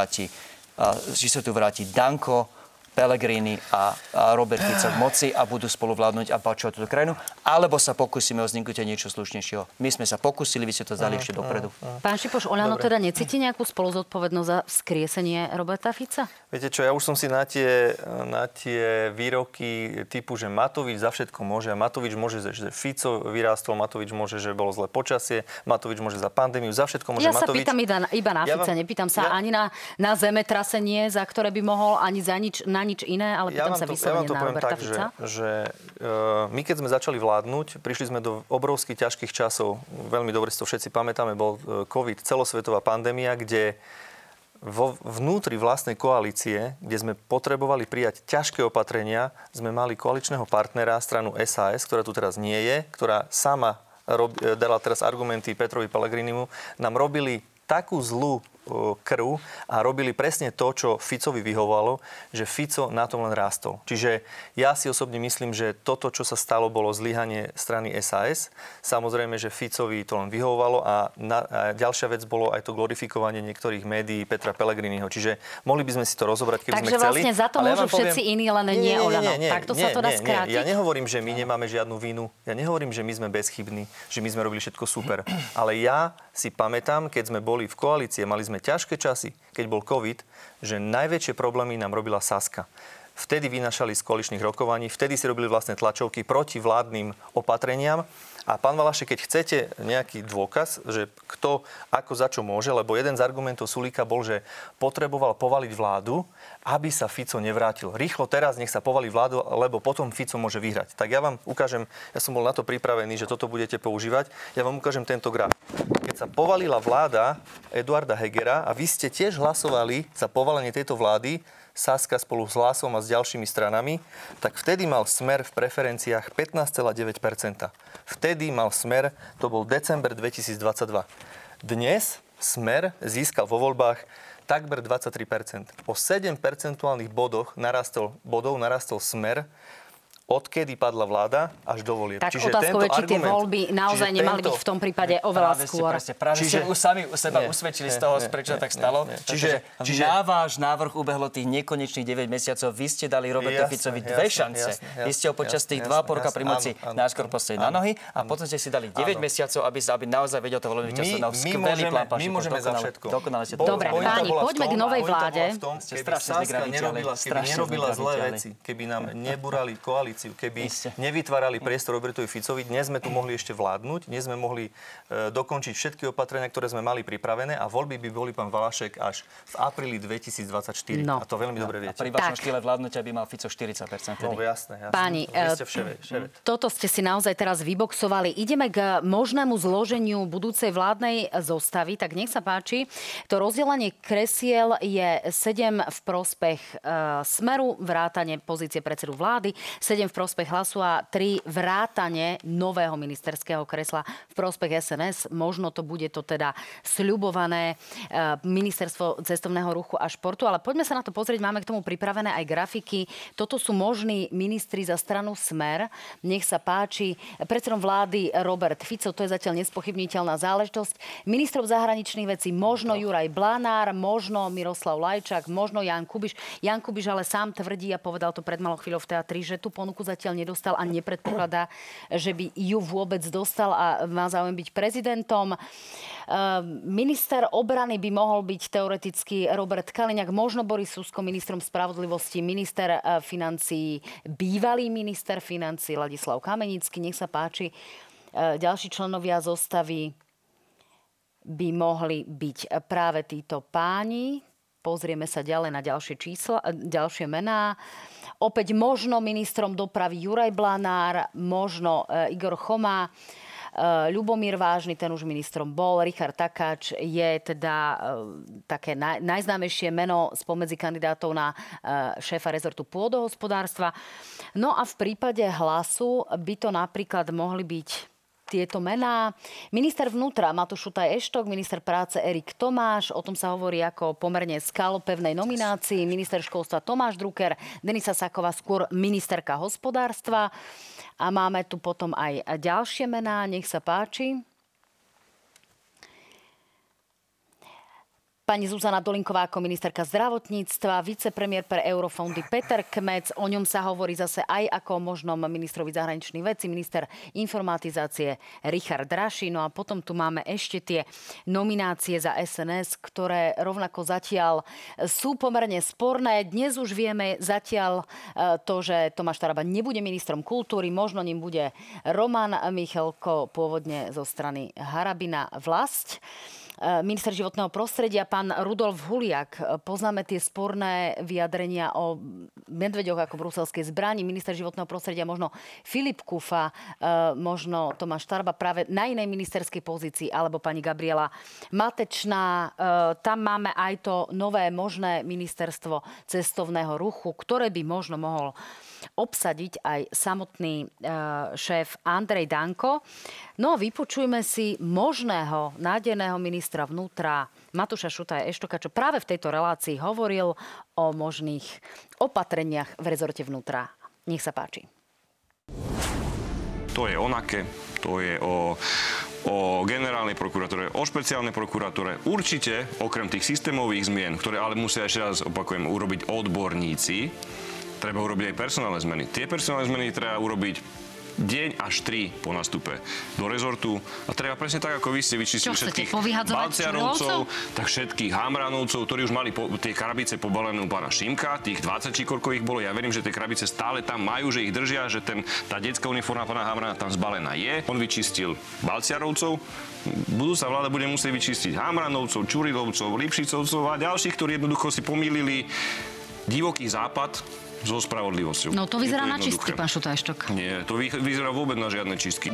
vráti Danko, Pellegrini a Robert Fico v moci a budú spolu vládnuť a páčovať túto krajinu, alebo sa pokúsime o vzniknutie niečo slušnejšieho. My sme sa pokúsili, vy ste to zdali ešte dopredu. Pán Šipoš, Oľano teda necíti nejakú spoluzodpovednosť za vzkriesenie Roberta Fica? Viete čo, ja už som si na tie výroky typu, že Matovič za všetko môže a Matovič môže, že Fico vyrástol, Matovič môže, že bolo zlé počasie, Matovič môže za pandémiu, za všetko môže Matovič. Ja sa pýtam iba na Fica, nepýtam sa ani na zemetrasenie, za ktoré by mohol, ani za nič iné, ale pýtam sa vyslovene na Roberta Fica. My keď sme začali vládnuť, prišli sme do obrovských ťažkých časov. Veľmi dobre si to všetci pamätáme, bol COVID, celosvetová pandémia, kde vo vnútri vlastnej koalície, kde sme potrebovali prijať ťažké opatrenia, sme mali koaličného partnera, stranu SAS, ktorá tu teraz nie je, ktorá sama dala teraz argumenty Petrovi Pellegrinimu, nám robili takú zlú krv a robili presne to, čo Ficovi vyhovovalo, že Fico na tom len rástol. Čiže ja si osobne myslím, že toto, čo sa stalo, bolo zlyhanie strany SAS. Samozrejme, že Ficovi to len vyhovovalo a ďalšia vec bolo aj to glorifikovanie niektorých médií Petra Pellegriniho. Čiže mohli by sme si to rozobrať, keby sme chceli. Takže vlastne za to môžu všetci iní, len nie Oľano. Takto sa to dá skrátiť? Ja nehovorím, že my nemáme žiadnu vinu. Ja nehovorím, že my sme bezchybní, že my sme robili všetko super. Ale ja si pamätám, keď sme boli v koalícii, mali sme ťažké časy, keď bol COVID, že najväčšie problémy nám robila Saska. Vtedy vynašali z koaličných rokovaní, vtedy si robili vlastné tlačovky proti vládnym opatreniam. A pán Valašek, keď chcete nejaký dôkaz, že kto ako za čo môže, lebo jeden z argumentov Sulíka bol, že potreboval povaliť vládu, aby sa Fico nevrátil. Rýchlo teraz nech sa povalí vládu, lebo potom Fico môže vyhrať. Tak ja vám ukážem, ja som bol na to pripravený, že toto budete používať. Ja vám ukážem tento graf. Keď sa povalila vláda Eduarda Hegera a vy ste tiež hlasovali za povalenie tejto vlády, Saska spolu s Hlasom a s ďalšími stranami, tak vtedy mal Smer v preferenciách 15,9%. Vtedy mal Smer, to bol december 2022. Dnes Smer získal vo voľbách takmer 23%. O 7 percentuálnych bodoch narastol Smer, odkedy padla vláda až do volieb. Tak otázkou je, či tie voľby naozaj nemali byť v tom prípade oveľa skôr. Práve ste už sami u seba usvedčili z toho, prečo tak stalo. Čiže na váš návrh ubehlo tých nekonečných 9 mesiacov. Vy ste dali Roberta Ficovi dve šance. Vy ste ho počas tých 2,5 roka pri moci najskôr postavili na nohy a potom ste si dali 9 mesiacov, aby naozaj vedel to voľbné víťazstvo na skvelý plán. My môžeme za všetko. Dobre, páni, poďme k novej vláde. Keby Saska nerobila zlé veci, keby nám nebúrali koalíciu, keby nevytvárali priestor Robertovi Ficovi, dnes sme tu mohli ešte vládnuť, dnes sme mohli dokončiť všetky opatrenia, ktoré sme mali pripravené a voľby by boli, pán Valašek, až v apríli 2024. No. A to veľmi dobre viete. A pri vašom štýle vládnutia by mal Fico 40%. No jasné. Páni, toto ste si naozaj teraz vyboxovali. Ideme k možnému zloženiu budúcej vládnej zostavy, tak nech sa páči. To rozdelenie kresiel je 7 v prospech Smeru, vrátane pozície predsedu vlády, 7 v prospech Hlasu a 3 vrátane nového ministerského kresla v prospech SNS. Možno to bude to teda sľubované ministerstvo cestovného ruchu a športu, ale poďme sa na to pozrieť. Máme k tomu pripravené aj grafiky. Toto sú možní ministri za stranu Smer. Nech sa páči. Predsedom vlády Robert Fico, to je zatiaľ nespochybniteľná záležitosť. Ministrov zahraničných vecí možno Juraj Blanár, možno Miroslav Lajčák, možno Ján Kubiš. Ján Kubiš ale sám tvrdí a povedal to pred malou chvíľou v teatri, že tú ponuku zatiaľ nedostal a nepredpokladá, že by ju vôbec dostal a má záujem byť prezidentom. Minister obrany by mohol byť teoreticky Robert Kaliňák, možno Boris Susko ministrom spravodlivosti, minister financií, bývalý minister financií Ladislav Kamenický. Nech sa páči. Ďalší členovia zostavy by mohli byť práve títo páni. Pozrieme sa ďalej na ďalšie čísla, ďalšie mená. Opäť možno ministrom dopravy Juraj Blanár, možno Igor Choma, Ľubomír Vážny, ten už ministrom bol, Richard Takáč je teda také najznámejšie meno spomedzi kandidátov na šéfa rezortu pôdohospodárstva. No a v prípade Hlasu by to napríklad mohli byť tieto mená. Minister vnútra Matúš Šutaj Eštok, minister práce Erik Tomáš, o tom sa hovorí ako pomerne skalopevnej nominácii, minister školstva Tomáš Drucker, Denisa Saková skôr ministerka hospodárstva. A máme tu potom aj ďalšie mená, nech sa páči. Pani Zuzana Dolinková ako ministerka zdravotníctva, vicepremiér pre eurofondy Peter Kmec, o ňom sa hovorí zase aj ako o možnom ministrovi zahraničných vecí, minister informatizácie Richard Raši. No a potom tu máme ešte tie nominácie za SNS, ktoré rovnako zatiaľ sú pomerne sporné. Dnes už vieme zatiaľ to, že Tomáš Taraba nebude ministrom kultúry, možno ním bude Roman Michalko, pôvodne zo strany Harabina Vlasť. Minister životného prostredia, pán Rudolf Huliak. Poznáme tie sporné vyjadrenia o medveďoch ako bruselskej zbrani. Minister životného prostredia možno Filip Kufa, možno Tomáš Taraba práve na inej ministerskej pozícii, alebo pani Gabriela Matečná. Tam máme aj to nové možné ministerstvo cestovného ruchu, ktoré by možno mohol obsadiť aj samotný šéf Andrej Danko. No a vypočujme si možného nádejného ministra vnútra Matúša Šutaja Eštoka, čo práve v tejto relácii hovoril o možných opatreniach v rezorte vnútra. Nech sa páči. To je onaké, to je o generálnej prokuratúre, o špeciálnej prokuratúre. Určite, okrem tých systémových zmien, ktoré ale musia ešte raz opakujem urobiť odborníci, treba urobiť aj personálne zmeny. Tie personálne zmeny treba urobiť deň až 3 po nastupe do rezortu. A treba presne tak, ako vy ste vyčistili všetkých Balciarovcov, tak všetkých Hamranovcov, ktorí už mali tie krabice pobalené u pána Šimka, tých 20 či koľko ich bolo. Ja verím, že tie krabice stále tam majú, že ich držia, že tá detská uniforma pána Hamrana tam zbalená je. On vyčistil Balciarovcov. Budúca vláda bude musieť vyčistiť Hamranovcov, Čurilovcov, Lipšicovcov a ďalších, ktorí jednoducho si pomýlili divoký západ so spravodlivosťou. No to vyzerá na čistky, pán Šutaj Eštok. Nie, to vyzerá vôbec na žiadne čistky.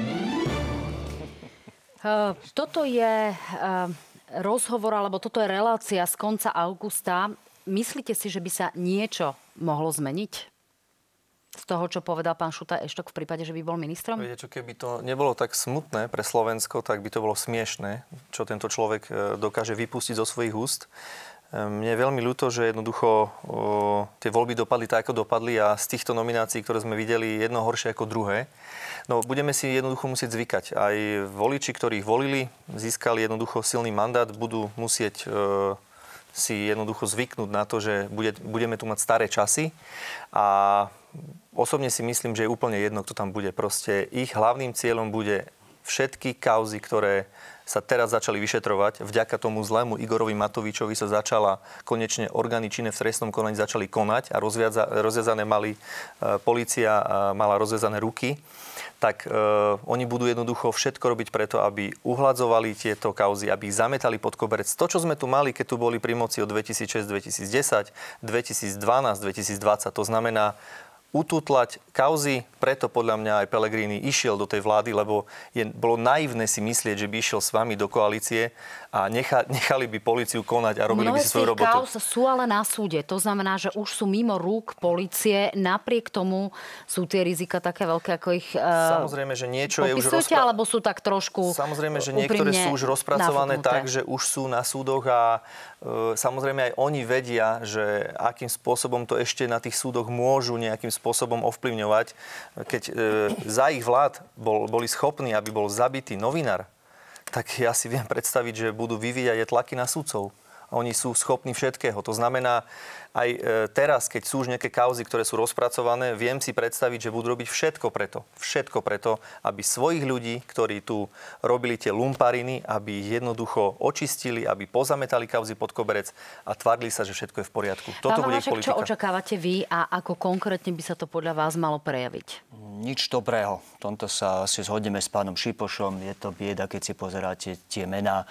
Toto je rozhovor, alebo toto je relácia z konca augusta. Myslíte si, že by sa niečo mohlo zmeniť z toho, čo povedal pán Šutaj Eštok v prípade, že by bol ministrom? Viete čo, keby to nebolo tak smutné pre Slovensko, tak by to bolo smiešné, čo tento človek dokáže vypustiť zo svojich úst. Mne je veľmi ľúto, že jednoducho tie voľby dopadli tak, ako dopadli a z týchto nominácií, ktoré sme videli, jedno horšie ako druhé. No, budeme si jednoducho musieť zvykať. Aj voliči, ktorí ich volili, získali jednoducho silný mandát, budú musieť si jednoducho zvyknúť na to, že budeme tu mať staré časy a osobne si myslím, že je úplne jedno, kto tam bude. Proste ich hlavným cieľom bude všetky kauzy, ktoré sa teraz začali vyšetrovať. Vďaka tomu zlému Igorovi Matovičovi sa začala konečne orgány činné v trestnom konaní začali konať a rozviazané mali polícia mala rozviazané ruky. Tak oni budú jednoducho všetko robiť preto, aby uhladzovali tieto kauzy, aby ich zametali pod koberec. To, čo sme tu mali, keď tu boli pri moci od 2006, 2010, 2012, 2020, to znamená utútlať kauzy, preto podľa mňa aj Pellegrini išiel do tej vlády, lebo bolo naivné si myslieť, že by išiel s vami do koalície a nechali by políciu konať a robili by si svoju robotu. Mnohé z tých kauz sú ale na súde. To znamená, že už sú mimo rúk polície. Napriek tomu sú tie rizika také veľké, ako ich samozrejme, že niečo je už alebo sú tak trošku samozrejme, že niektoré sú už rozpracované tak, že už sú na súdoch a samozrejme aj oni vedia, že akým spôsobom to ešte na tých súdoch môžu nejakým spôsobom ovplyvňovať. Keď za ich vlád boli schopní, aby bol zabitý novinár, tak ja si viem predstaviť, že budú vyvíjať tlaky na sudcov. A oni sú schopní všetkého. To znamená, aj teraz, keď sú už nejaké kauzy, ktoré sú rozpracované, viem si predstaviť, že budú robiť všetko preto, aby svojich ľudí, ktorí tu robili tie lumpariny, aby ich jednoducho očistili, aby pozametali kauzy pod koberec a tvárili sa, že všetko je v poriadku. Toto bude ich politika. Čo očakávate vy a ako konkrétne by sa to podľa vás malo prejaviť? Nič dobrého. V tomto sa asi zhodneme s pánom Šipošom. Je to bieda, keď si pozeráte tie mená.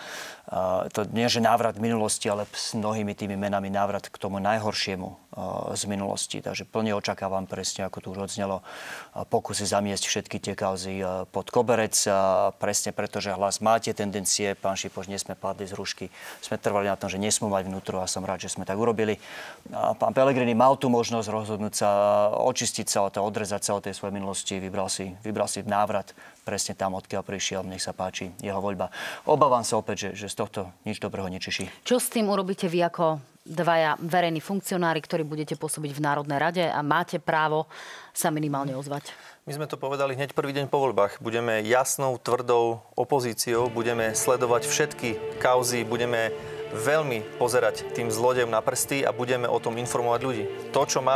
To nie je návrat minulosti, ale s mnohými tými menami návrat k tomu najhoršiemu z minulosti. Takže plne očakávam presne, ako tu už odznelo, pokusy zamiesť všetky tie kauzy pod koberec. Presne preto, že Hlas máte tendencie, pán Šipoš, nie sme padli z rušky. Sme trvali na tom, že nesmú mať vnútro a som rád, že sme tak urobili. Pán Pellegrini mal tú možnosť rozhodnúť sa, očistiť sa od odrezať sa od tej svojej minulosti. Vybral si návrat presne tam, odkiaľ prišiel. Nech sa páči, jeho voľba. Obávam sa opäť, že z tohto nič dobrého nečeší. Čo s tým urobíte vy ako dvaja verejní funkcionári, ktorí budete pôsobiť v Národnej rade a máte právo sa minimálne ozvať? My sme to povedali hneď prvý deň po voľbách. Budeme jasnou, tvrdou opozíciou, budeme sledovať všetky kauzy, budeme veľmi pozerať tým zlodejom na prsty a budeme o tom informovať ľudí. To, čo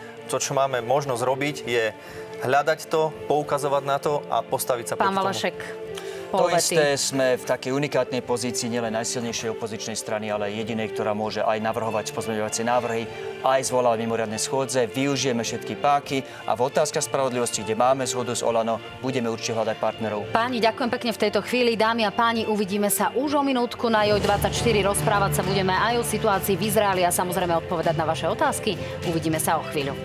máme možnosť robiť, je hľadať to, poukazovať na to a postaviť sa proti tomu. Pán Valašek. To isté, sme v takej unikátnej pozícii nielen najsilnejšej opozičnej strany, ale jedinej, ktorá môže aj navrhovať pozmeňovacie návrhy, aj zvolávať mimoriadne schôdze. Využijeme všetky páky a v otázkach spravodlivosti, kde máme zhodu s Olano, budeme určite hľadať partnerov. Páni, ďakujem pekne v tejto chvíli. Dámy a páni, uvidíme sa už o minútku na JOJ24. Rozprávať sa budeme aj o situácii v Izraeli a samozrejme odpovedať na vaše otázky. Uvidíme sa o chvíľu.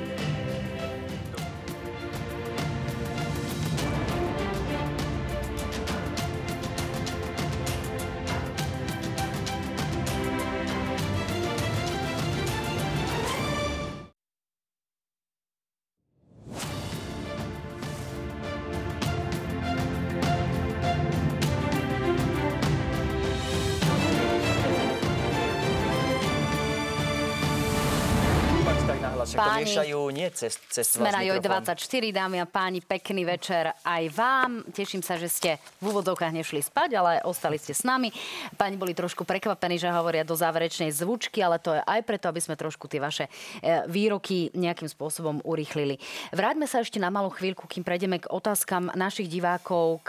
Páni, sme na JOJ24, dámy a páni, pekný večer aj vám. Teším sa, že ste v úvodzovkách nešli spať, ale ostali ste s nami. Páni boli trošku prekvapení, že hovoria do záverečnej zvučky, ale to je aj preto, aby sme trošku tie vaše výroky nejakým spôsobom urýchlili. Vráťme sa ešte na malú chvíľku, kým prejdeme k otázkam našich divákov,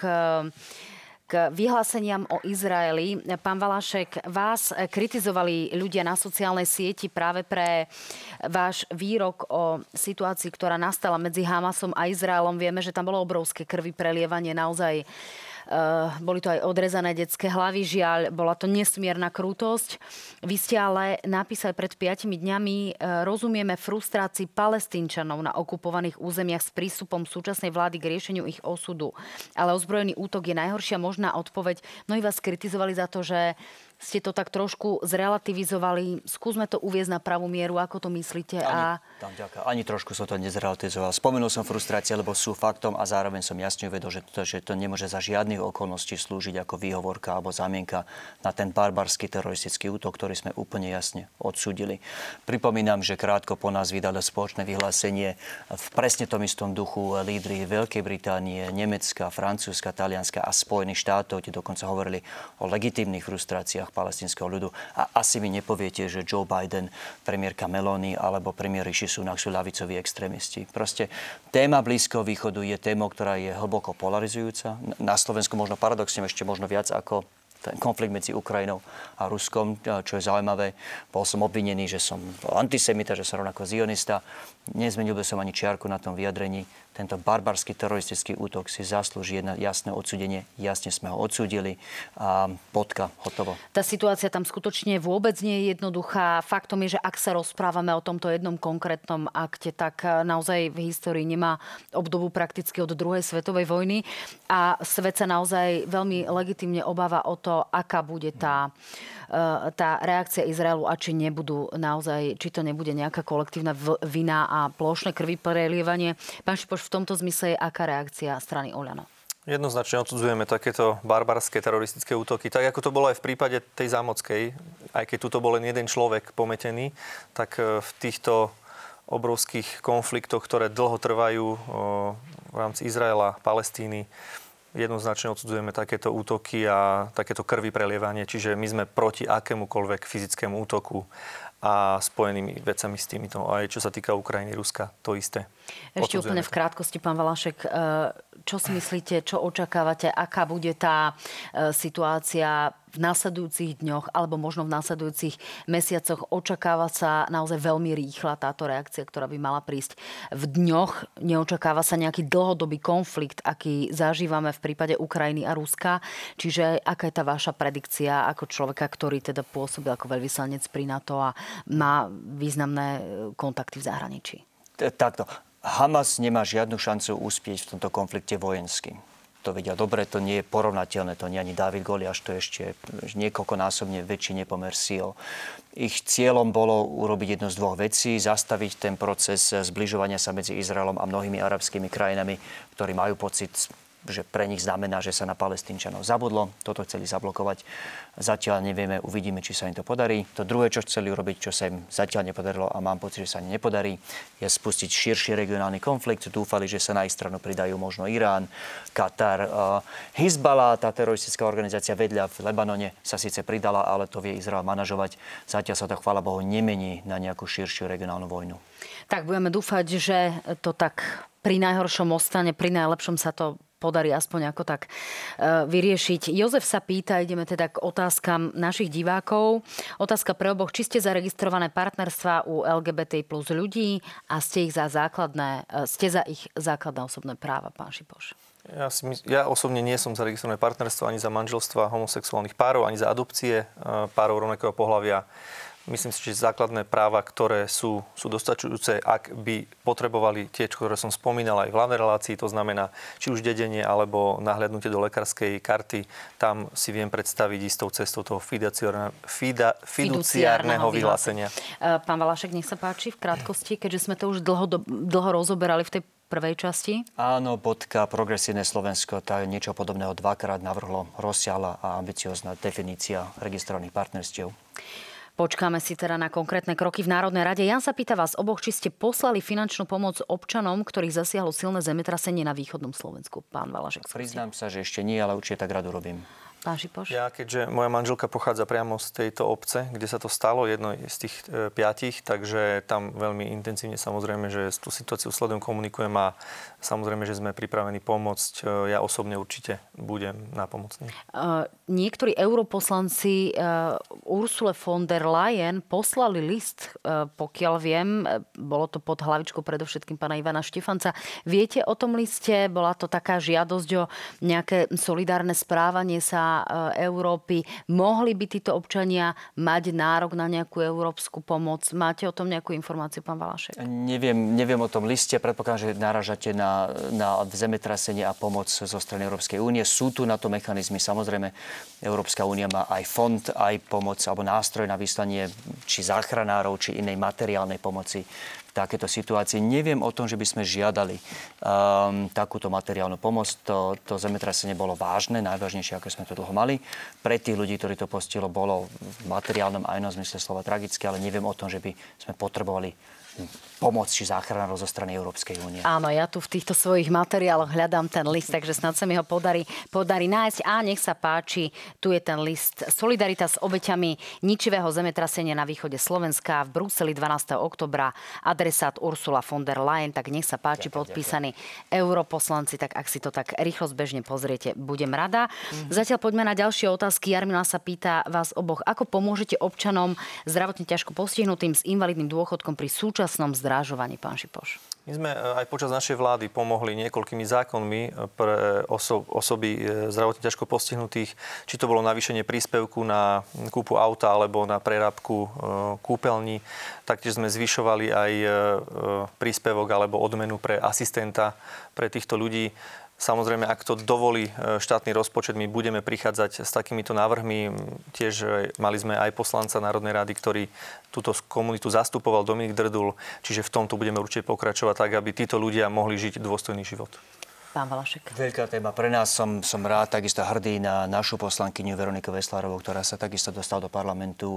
k vyhláseniam o Izraeli. Pán Valašek, vás kritizovali ľudia na sociálnej sieti práve pre váš výrok o situácii, ktorá nastala medzi Hamasom a Izraelom. Vieme, že tam bolo obrovské krvi prelievanie, naozaj boli to aj odrezané detské hlavy, žiaľ, bola to nesmierna krútosť. Vy ste ale napísali pred 5 dňami, rozumieme frustrácii Palestínčanov na okupovaných územiach s prístupom súčasnej vlády k riešeniu ich osudu. Ale ozbrojený útok je najhoršia možná odpoveď. Mnohí vás kritizovali za to, že ste to tak trošku zrelativizovali. Skúsme to uviesť na pravú mieru, ako to myslíte. Ani trošku som to nezrelativizoval. Spomenul som frustrácie, lebo sú faktom a zároveň som jasne uvedol, že to nemôže za žiadnych okolností slúžiť ako výhovorka alebo zámienka na ten barbarský teroristický útok, ktorý sme úplne jasne odsúdili. Pripomínam, že krátko po nás vydali spoločné vyhlásenie v presne tom istom duchu lídri Veľkej Británie, Nemecka, Francúzska, Talianska a Spojených štátov, kde dokonca hovorili o legitímnych frustráciách palestínskeho ľudu. A asi mi nepoviete, že Joe Biden, premiérka Meloni alebo premiér Rishi Sunak sú ľavicoví extrémisti. Proste téma Blízkeho východu je téma, ktorá je hlboko polarizujúca. Na Slovensku možno paradoxne ešte možno viac ako ten konflikt medzi Ukrajinou a Ruskom, čo je zaujímavé. Bol som obvinený, že som antisemita, že som rovnako zionista. Nezmenil by som ani čiarku na tom vyjadrení. Tento barbarský teroristický útok si zaslúži jasné odsúdenie. Jasne sme ho odsúdili a bodka, hotovo. Tá situácia tam skutočne vôbec nie je jednoduchá. Faktom je, že ak sa rozprávame o tomto jednom konkrétnom akte, tak naozaj v histórii nemá obdobu prakticky od druhej svetovej vojny a svet sa naozaj veľmi legitímne obáva o to, aká bude tá reakcia Izraelu a či to nebude nejaká kolektívna vina a plošné krvi prelievanie. Pán Šipoš, v tomto zmysle je aká reakcia strany Oľano? Jednoznačne odsudzujeme takéto barbarské teroristické útoky. Tak ako to bolo aj v prípade tej Zámockej, aj keď tuto bol len jeden človek pometený, tak v týchto obrovských konfliktoch, ktoré dlho trvajú v rámci Izraela, Palestíny, jednoznačne odsudzujeme takéto útoky a takéto krvi prelievanie. Čiže my sme proti akémukoľvek fyzickému útoku a spojenými vecami s týmito. Aj čo sa týka Ukrajiny, Ruska, to isté. Ešte úplne v krátkosti, pán Valašek, čo si myslíte, čo očakávate, aká bude tá situácia v nasledujúcich dňoch alebo možno v nasledujúcich mesiacoch? Očakáva sa naozaj veľmi rýchla táto reakcia, ktorá by mala prísť v dňoch. Neočakáva sa nejaký dlhodobý konflikt, aký zažívame v prípade Ukrajiny a Ruska. Čiže aká je tá vaša predikcia ako človeka, ktorý teda pôsobil ako veľvyslanec pri NATO a má významné kontakty v zahraničí? Takto. Hamas nemá žiadnu šancu uspieť v tomto konflikte vojensky. To vedia dobre, to nie je porovnateľné, to nie je ani Dávid Goliáš, to je ešte niekoľkonásobne väčší nepomer síl. Ich cieľom bolo urobiť jedno z dvoch vecí, zastaviť ten proces zbližovania sa medzi Izraelom a mnohými arabskými krajinami, ktorí majú pocit, že pre nich znamená, že sa na Palestínčanov zabudlo. Toto chceli zablokovať. Zatiaľ nevieme, uvidíme, či sa im to podarí. To druhé, čo chceli urobiť, čo sa im zatiaľ nepodarilo a mám pocit, že sa ani nepodarí, je spustiť širší regionálny konflikt. Dúfali, že sa na ich stranu pridajú možno Irán, Katar, Hizballah, tá teroristická organizácia vedľa v Lebanone sa síce pridala, ale to vie Izrael manažovať. Zatiaľ sa to, chvála Bohu, nemení na nejakú širšiu regionálnu vojnu. Tak budeme dúfať, že to tak pri najhoršom ostane, pri najlepšom sa to podarí aspoň ako tak vyriešiť. Jozef sa pýta, ideme teda k otázkam našich divákov. Otázka pre oboch, či ste zaregistrované partnerstvá u LGBT plus ľudí a ste za ich základné osobné práva, pán Šipoš? Ja osobne nie som zaregistrované partnerstvo ani za manželstva homosexuálnych párov, ani za adopcie párov rovnakého pohlavia. Myslím si, že základné práva, ktoré sú dostačujúce, ak by potrebovali tie, ktoré som spomínal aj v hlavnej relácii, to znamená či už dedenie alebo nahliadnutie do lekárskej karty, tam si viem predstaviť istou cestou toho fiduciárneho vyhlásenia. Pán Valašek, nech sa páči v krátkosti, keďže sme to už dlho rozoberali v tej prvej časti. Áno, Progresívne Slovensko, tá niečo podobného dvakrát navrhlo, rozsiahla a ambiciózna definícia registrovaných partnerstiev. Počkáme si teda na konkrétne kroky v Národnej rade. Jan sa pýta vás oboch, či ste poslali finančnú pomoc občanom, ktorých zasiahlo silné zemetrasenie na východnom Slovensku. Pán Valašek. Priznám sa, že ešte nie, ale určite tak radu robím. Pán Šipoš? Ja, keďže moja manželka pochádza priamo z tejto obce, kde sa to stalo, jedno z tých 5, takže tam veľmi intenzívne samozrejme, že tú situáciu sledujem, komunikujem a samozrejme, že sme pripravení pomôcť. Ja osobne určite budem nápomocný. Niektorí europoslanci Ursule von der Leyen poslali list, pokiaľ viem, bolo to pod hlavičkou predovšetkým pána Ivana Štefanca. Viete o tom liste? Bola to taká žiadosť o nejaké solidárne správanie sa Európy. Mohli by títo občania mať nárok na nejakú európsku pomoc? Máte o tom nejakú informáciu, pán Valašek? Neviem o tom liste. Predpokladám, že narážate na zemetrasenie a pomoc zo strany Európskej únie. Sú tu na to mechanizmy. Samozrejme, Európska únia má aj fond, aj pomoc alebo nástroj na vyslanie či záchranárov, či inej materiálnej pomoci v takéto situácii. Neviem o tom, že by sme žiadali takúto materiálnu pomoc. To zemetrasenie bolo vážne, najvážnejšie, ako sme to dlho mali. Pre tých ľudí, ktorí to postihlo, bolo v materiálnom aj inom zmysle slova tragické, ale neviem o tom, že by sme potrebovali pomoc či záchranárov zo strany Európskej únie. Áno, ja tu v týchto svojich materiáloch hľadám ten list, takže snad sa mi ho podarí nájsť. A nech sa páči, tu je ten list. Solidarita s obeťami ničivého zemetrasenia na východe Slovenska v Bruseli 12. oktobra. Adresát Ursula von der Leyen, tak nech sa páči, podpísaní europoslanci, tak ak si to tak rýchlo zbežne pozriete, budem rada. Zatiaľ poďme na ďalšie otázky. Jarmila sa pýta vás oboch, ako pomôžete občanom zdravotne ťažko postihnutým s invalidným dôchodkom pri súčasnom zdražovaní, pán Šipoš? My sme aj počas našej vlády pomohli niekoľkými zákonmi pre osoby zdravotne ťažko postihnutých, či to bolo navýšenie príspevku na kúpu auta alebo na prerábku kúpeľní. Taktiež sme zvyšovali aj príspevok alebo odmenu pre asistenta pre týchto ľudí. Samozrejme, ak to dovolí štátny rozpočet, my budeme prichádzať s takýmito návrhmi. Tiež mali sme aj poslanca Národnej rady, ktorý túto komunitu zastupoval, Dominik Drdul. Čiže v tomto budeme určite pokračovať tak, aby títo ľudia mohli žiť dôstojný život. Pán Valašek. Veľká téma pre nás. Som rád, takisto hrdý na našu poslankyňu Veroniku Veslárovú, ktorá sa takisto dostala do parlamentu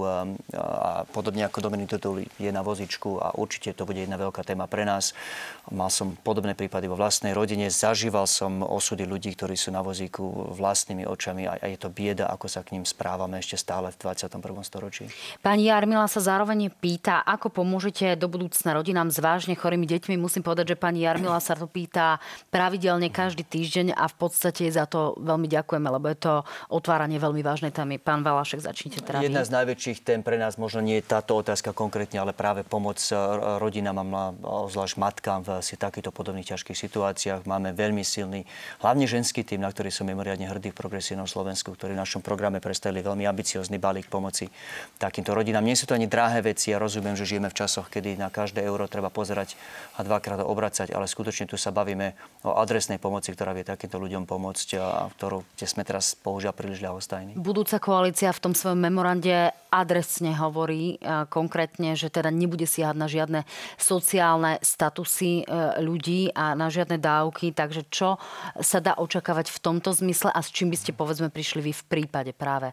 a podobne ako Dominik Drdul je na vozíčku a určite to bude jedna veľká téma pre nás. Mal som podobné prípady vo vlastnej rodine. Zažíval som osudy ľudí, ktorí sú na vozíku vlastnými očami a je to bieda, ako sa k ním správame ešte stále v 21. storočí. Pani Jarmila sa zároveň pýta, ako pomôžete do budúcna rodinám s vážne chorými deťmi. Musím povedať, že pani Jarmila sa to pýta pravidelne každý týždeň a v podstate za to veľmi ďakujeme, lebo je to otváranie veľmi vážnej témy. Pán Valašek, začnite teda. Jedna z najväčších tém pre nás možno nie je táto otázka konkrétne, ale práve pomoc rodinám a zvlášť matkám v takýchto podobných ťažkých situáciách. Máme veľmi silný, hlavne ženský tým, na ktorý som mimoriadne hrdý v Progresívnom Slovensku, ktorý v našom programe predstavili veľmi ambiciózny balík pomoci takýmto rodinám. Nie sú to ani drahé veci. Ja rozumiem, že žijeme v časoch, kedy na každé euro treba pozerať a dvakrát obracať, ale skutočne tu sa bavíme o adresnej pomoci, ktorá vie takýmto ľuďom pomôcť a kde sme teraz bohužiaľ príliš ľahostajní. Budúca koalícia v tom svojom memorande adresne hovorí konkrétne, že teda nebude siahať na žiadne sociálne statusy ľudí a na žiadne dávky. Takže čo sa dá očakávať v tomto zmysle a s čím by ste povedzme prišli vy v prípade práve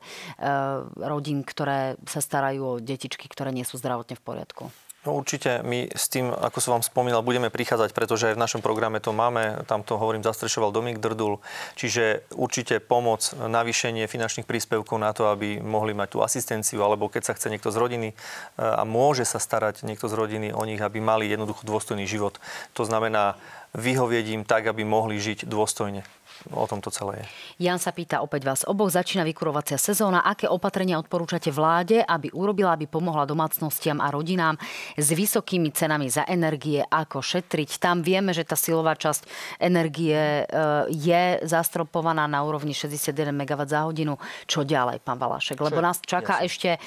rodín, ktoré sa starajú o detičky, ktoré nie sú zdravotne v poriadku? No určite my s tým, ako som vám spomínal, budeme prichádzať, pretože aj v našom programe to máme, tam to hovorím, zastrešoval Dominik Drdul, čiže určite pomoc, navýšenie finančných príspevkov na to, aby mohli mať tú asistenciu, alebo keď sa chce niekto z rodiny a môže sa starať niekto z rodiny o nich, aby mali jednoducho dôstojný život. To znamená vyhovieť im tak, aby mohli žiť dôstojne. O tom to celé je. Jan sa pýta opäť vás oboch. Začína vykurovacia sezóna. Aké opatrenia odporúčate vláde, aby urobila, aby pomohla domácnostiam a rodinám s vysokými cenami za energie? Ako šetriť? Tam vieme, že tá silová časť energie je zastropovaná na úrovni 61 MW za hodinu. Čo ďalej, pán Valašek? Lebo nás čaká ešte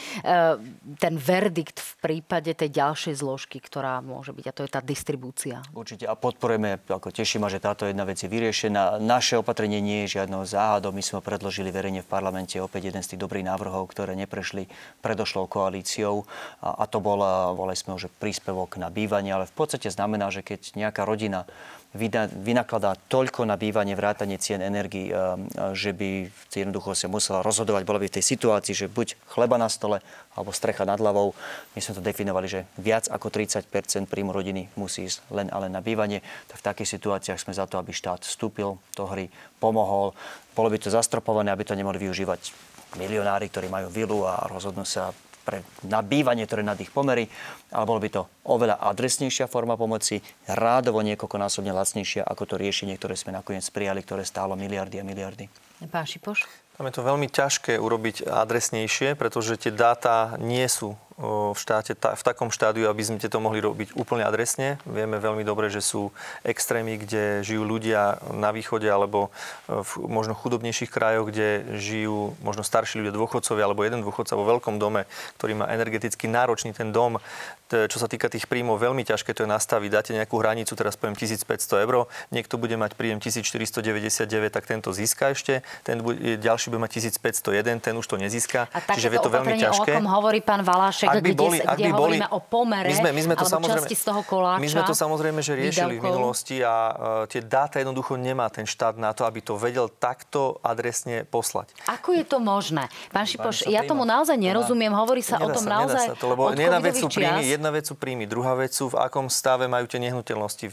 ten verdikt v prípade tej ďalšej zložky, ktorá môže byť. A to je tá distribúcia. Určite. A podporujeme, ako teším ma, že táto jedna vec je vyriešená. Naše opatrenie nie je žiadnou záhadou. My sme predložili verejne v parlamente opäť jeden z tých dobrých návrhov, ktoré neprešli predošlou koalíciou. A to volali sme ho, že príspevok na bývanie, ale v podstate znamená, že keď nejaká rodina vynakladá toľko na bývanie, vrátanie cien energií, že by jednoducho sa musela rozhodovať, bola by v tej situácii, že buď chleba na stole, alebo strecha nad hlavou. My sme to definovali, že viac ako 30% príjmu rodiny musí ísť len a len na bývanie. Tak v takých situáciách sme za to, aby štát vstúpil do hry, pomohol. Bolo by to zastropované, aby to nemohli využívať milionári, ktorí majú vilu a rozhodnú sa na bývanie, ktoré nad ich pomery, ale bolo by to oveľa adresnejšia forma pomoci, rádovo niekoľkonásobne lacnejšia ako to riešenie, ktoré sme nakoniec prijali, ktoré stálo miliardy a miliardy. Pán Šipoš? Tam je to veľmi ťažké urobiť adresnejšie, pretože tie dáta nie sú v štáte v takom štádiu, aby sme to mohli robiť úplne adresne. Vieme veľmi dobre, že sú extrémy, kde žijú ľudia na východe alebo v možno chudobnejších krajoch, kde žijú možno starší ľudia, dôchodcovia alebo jeden dôchodca vo veľkom dome, ktorý má energeticky náročný ten dom. Čo sa týka tých príjmov, veľmi ťažké to je nastaviť. Dáte nejakú hranicu, teraz poviem 1500 eur, niekto bude mať príjem 1499, tak tento získa ešte, ďalší bude mať 1501, ten už to nezíska. A čiže je to veľmi ťažké. O kom hovorí pán Valašek, kde hovoríme o pomere alebo časti z toho koláča. My sme to samozrejme, že riešili v minulosti a tie dáta jednoducho nemá ten štát na to, aby to vedel takto adresne poslať. Ako je to možné? Pán Šipoš, ja tomu naozaj nerozumiem. Hovorí sa o tom naozaj od covidových čias. Jedna vec sú príjmy, druhá vec sú, v akom stave majú tie nehnuteľnosti.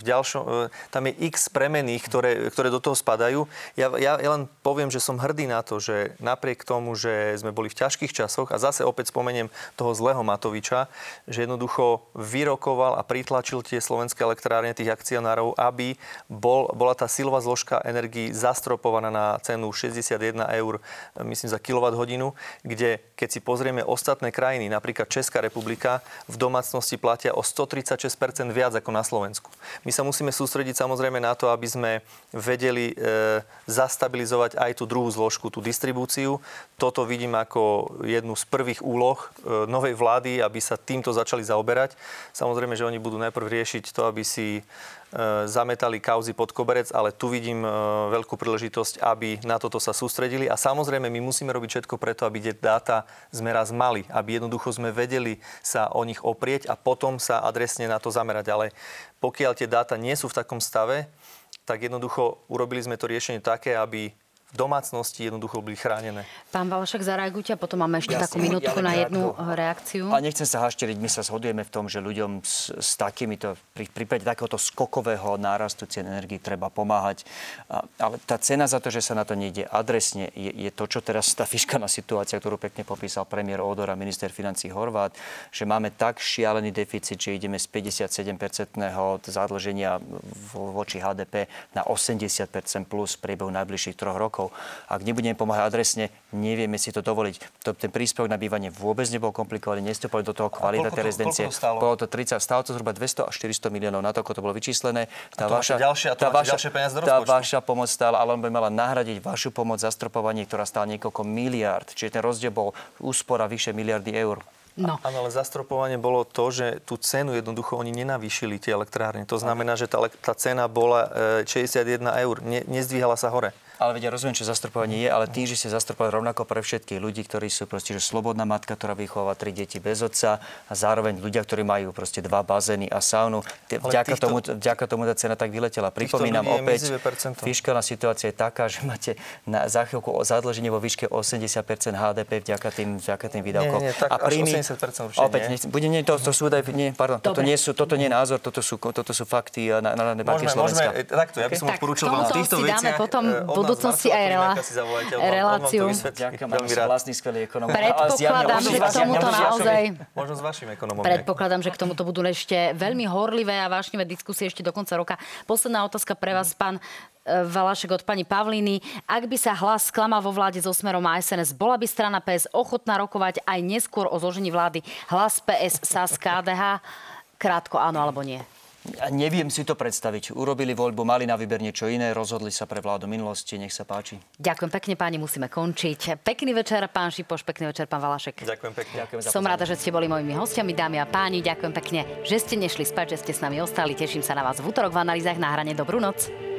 Tam je x premenných, ktoré do toho spadajú. Ja len poviem, že som hrdý na to, že napriek tomu, že sme boli v ťažkých časoch a zase opäť spomeniem toho zlého samotného Matoviča, že jednoducho vyrokoval a pritlačil tie slovenské elektrárne tých akcionárov, aby bola tá silová zložka energií zastropovaná na cenu 61 eur, myslím, za kilowatt-hodinu, kde keď si pozrieme ostatné krajiny, napríklad Česká republika, v domácnosti platia o 136% viac ako na Slovensku. My sa musíme sústrediť samozrejme na to, aby sme vedeli zastabilizovať aj tú druhú zložku, tú distribúciu. Toto vidím ako jednu z prvých úloh novej vlády, aby sa týmto začali zaoberať. Samozrejme, že oni budú najprv riešiť to, aby si zametali kauzy pod koberec, ale tu vidím veľkú príležitosť, aby na toto sa sústredili. A samozrejme, my musíme robiť všetko preto, aby tie dáta sme raz mali, aby jednoducho sme vedeli sa o nich oprieť a potom sa adresne na to zamerať. Ale pokiaľ tie dáta nie sú v takom stave, tak jednoducho urobili sme to riešenie také, aby v domácnosti jednoducho byli chránené. Pán Valašek, zareagujte a potom máme ešte takú minútku na jednu reakciu. A nechcem sa hašteriť, my sa zhodujeme v tom, že ľuďom s takýmito, pri prípade takéhoto skokového nárastu cien energií treba pomáhať. Ale tá cena za to, že sa na to nejde adresne, je to, čo teraz tá fiškálna situácia, ktorú pekne popísal premiér Ódor a minister financií Horváth, že máme tak šialený deficit, že ideme z 57% zadlženia voči HDP na 80% plus v priebehu najbližších 3 rokov. Ak nebudeme pomáhať adresne, nevieme si to dovoliť. Ten príspevok na bývanie vôbec nebol komplikovaný, nestúpali do toho kvalita tej rezidencie. Bolo to 30, stálo to zhruba 200 až 400 miliónov, na to, ako to bolo vyčíslené. Tá vaša pomoc stála, ale on by mala nahradiť vašu pomoc zastropovanie, ktorá stála niekoľko miliárd. Čiže ten rozdiel bol úspora vyše miliardy eur. No. Áno, ale zastropovanie bolo to, že tú cenu jednoducho oni nenavýšili tie elektrárne. To znamená, že tá cena bola 61 eur. Nezdvíhala sa hore. Ale vedia, rozumiem, čo zastropovanie je, ale tým, že ste zastropovali rovnako pre všetkých ľudí, ktorí sú proste, že slobodná matka, ktorá vychováva 3 deti bez otca a zároveň ľudia, ktorí majú proste 2 bazény a saunu. Vďaka tomu tá cena tak vyletela. Pripomínam opäť, fiškálna situácia je taká, že máte za chvíľku zadlženie vo výške 80% HDP vďaka tým výdavkom. Nie, tak a príjmy, 80% určite opäť, nie. To sú údaje, toto nie je názor, toto sú fakty na Národnej banky Slovenska. Takto, ja by som odporúčal vám v týchto veciach budúcnosti aj reláciu. Ďakujem, máme vlastný skvelý ekonom. Predpokladám, že k tomuto naozaj... Možno s vašim ekonomom. Predpokladám, že k tomuto budú ešte veľmi horlivé a vášnivé diskusie ešte do konca roka. Posledná otázka pre vás, pán Valašek, od pani Pavlíny. Ak by sa Hlas sklamal vo vláde so Smerom a SNS, bola by strana PS ochotná rokovať aj neskôr o zložení vlády Hlas, PS, SAS, KDH? Krátko áno alebo nie? Ja neviem si to predstaviť. Urobili voľbu, mali na výber niečo iné, rozhodli sa pre vládu minulosti. Nech sa páči. Ďakujem pekne, páni, musíme končiť. Pekný večer, pán Šipoš, pekný večer, pán Valašek. Ďakujem pekne. Som rada, že ste boli mojimi hostiami, dámy a páni. Ďakujem pekne, že ste nešli spať, že ste s nami ostali. Teším sa na vás v utorok v analýzach Na hrane. Dobrú noc.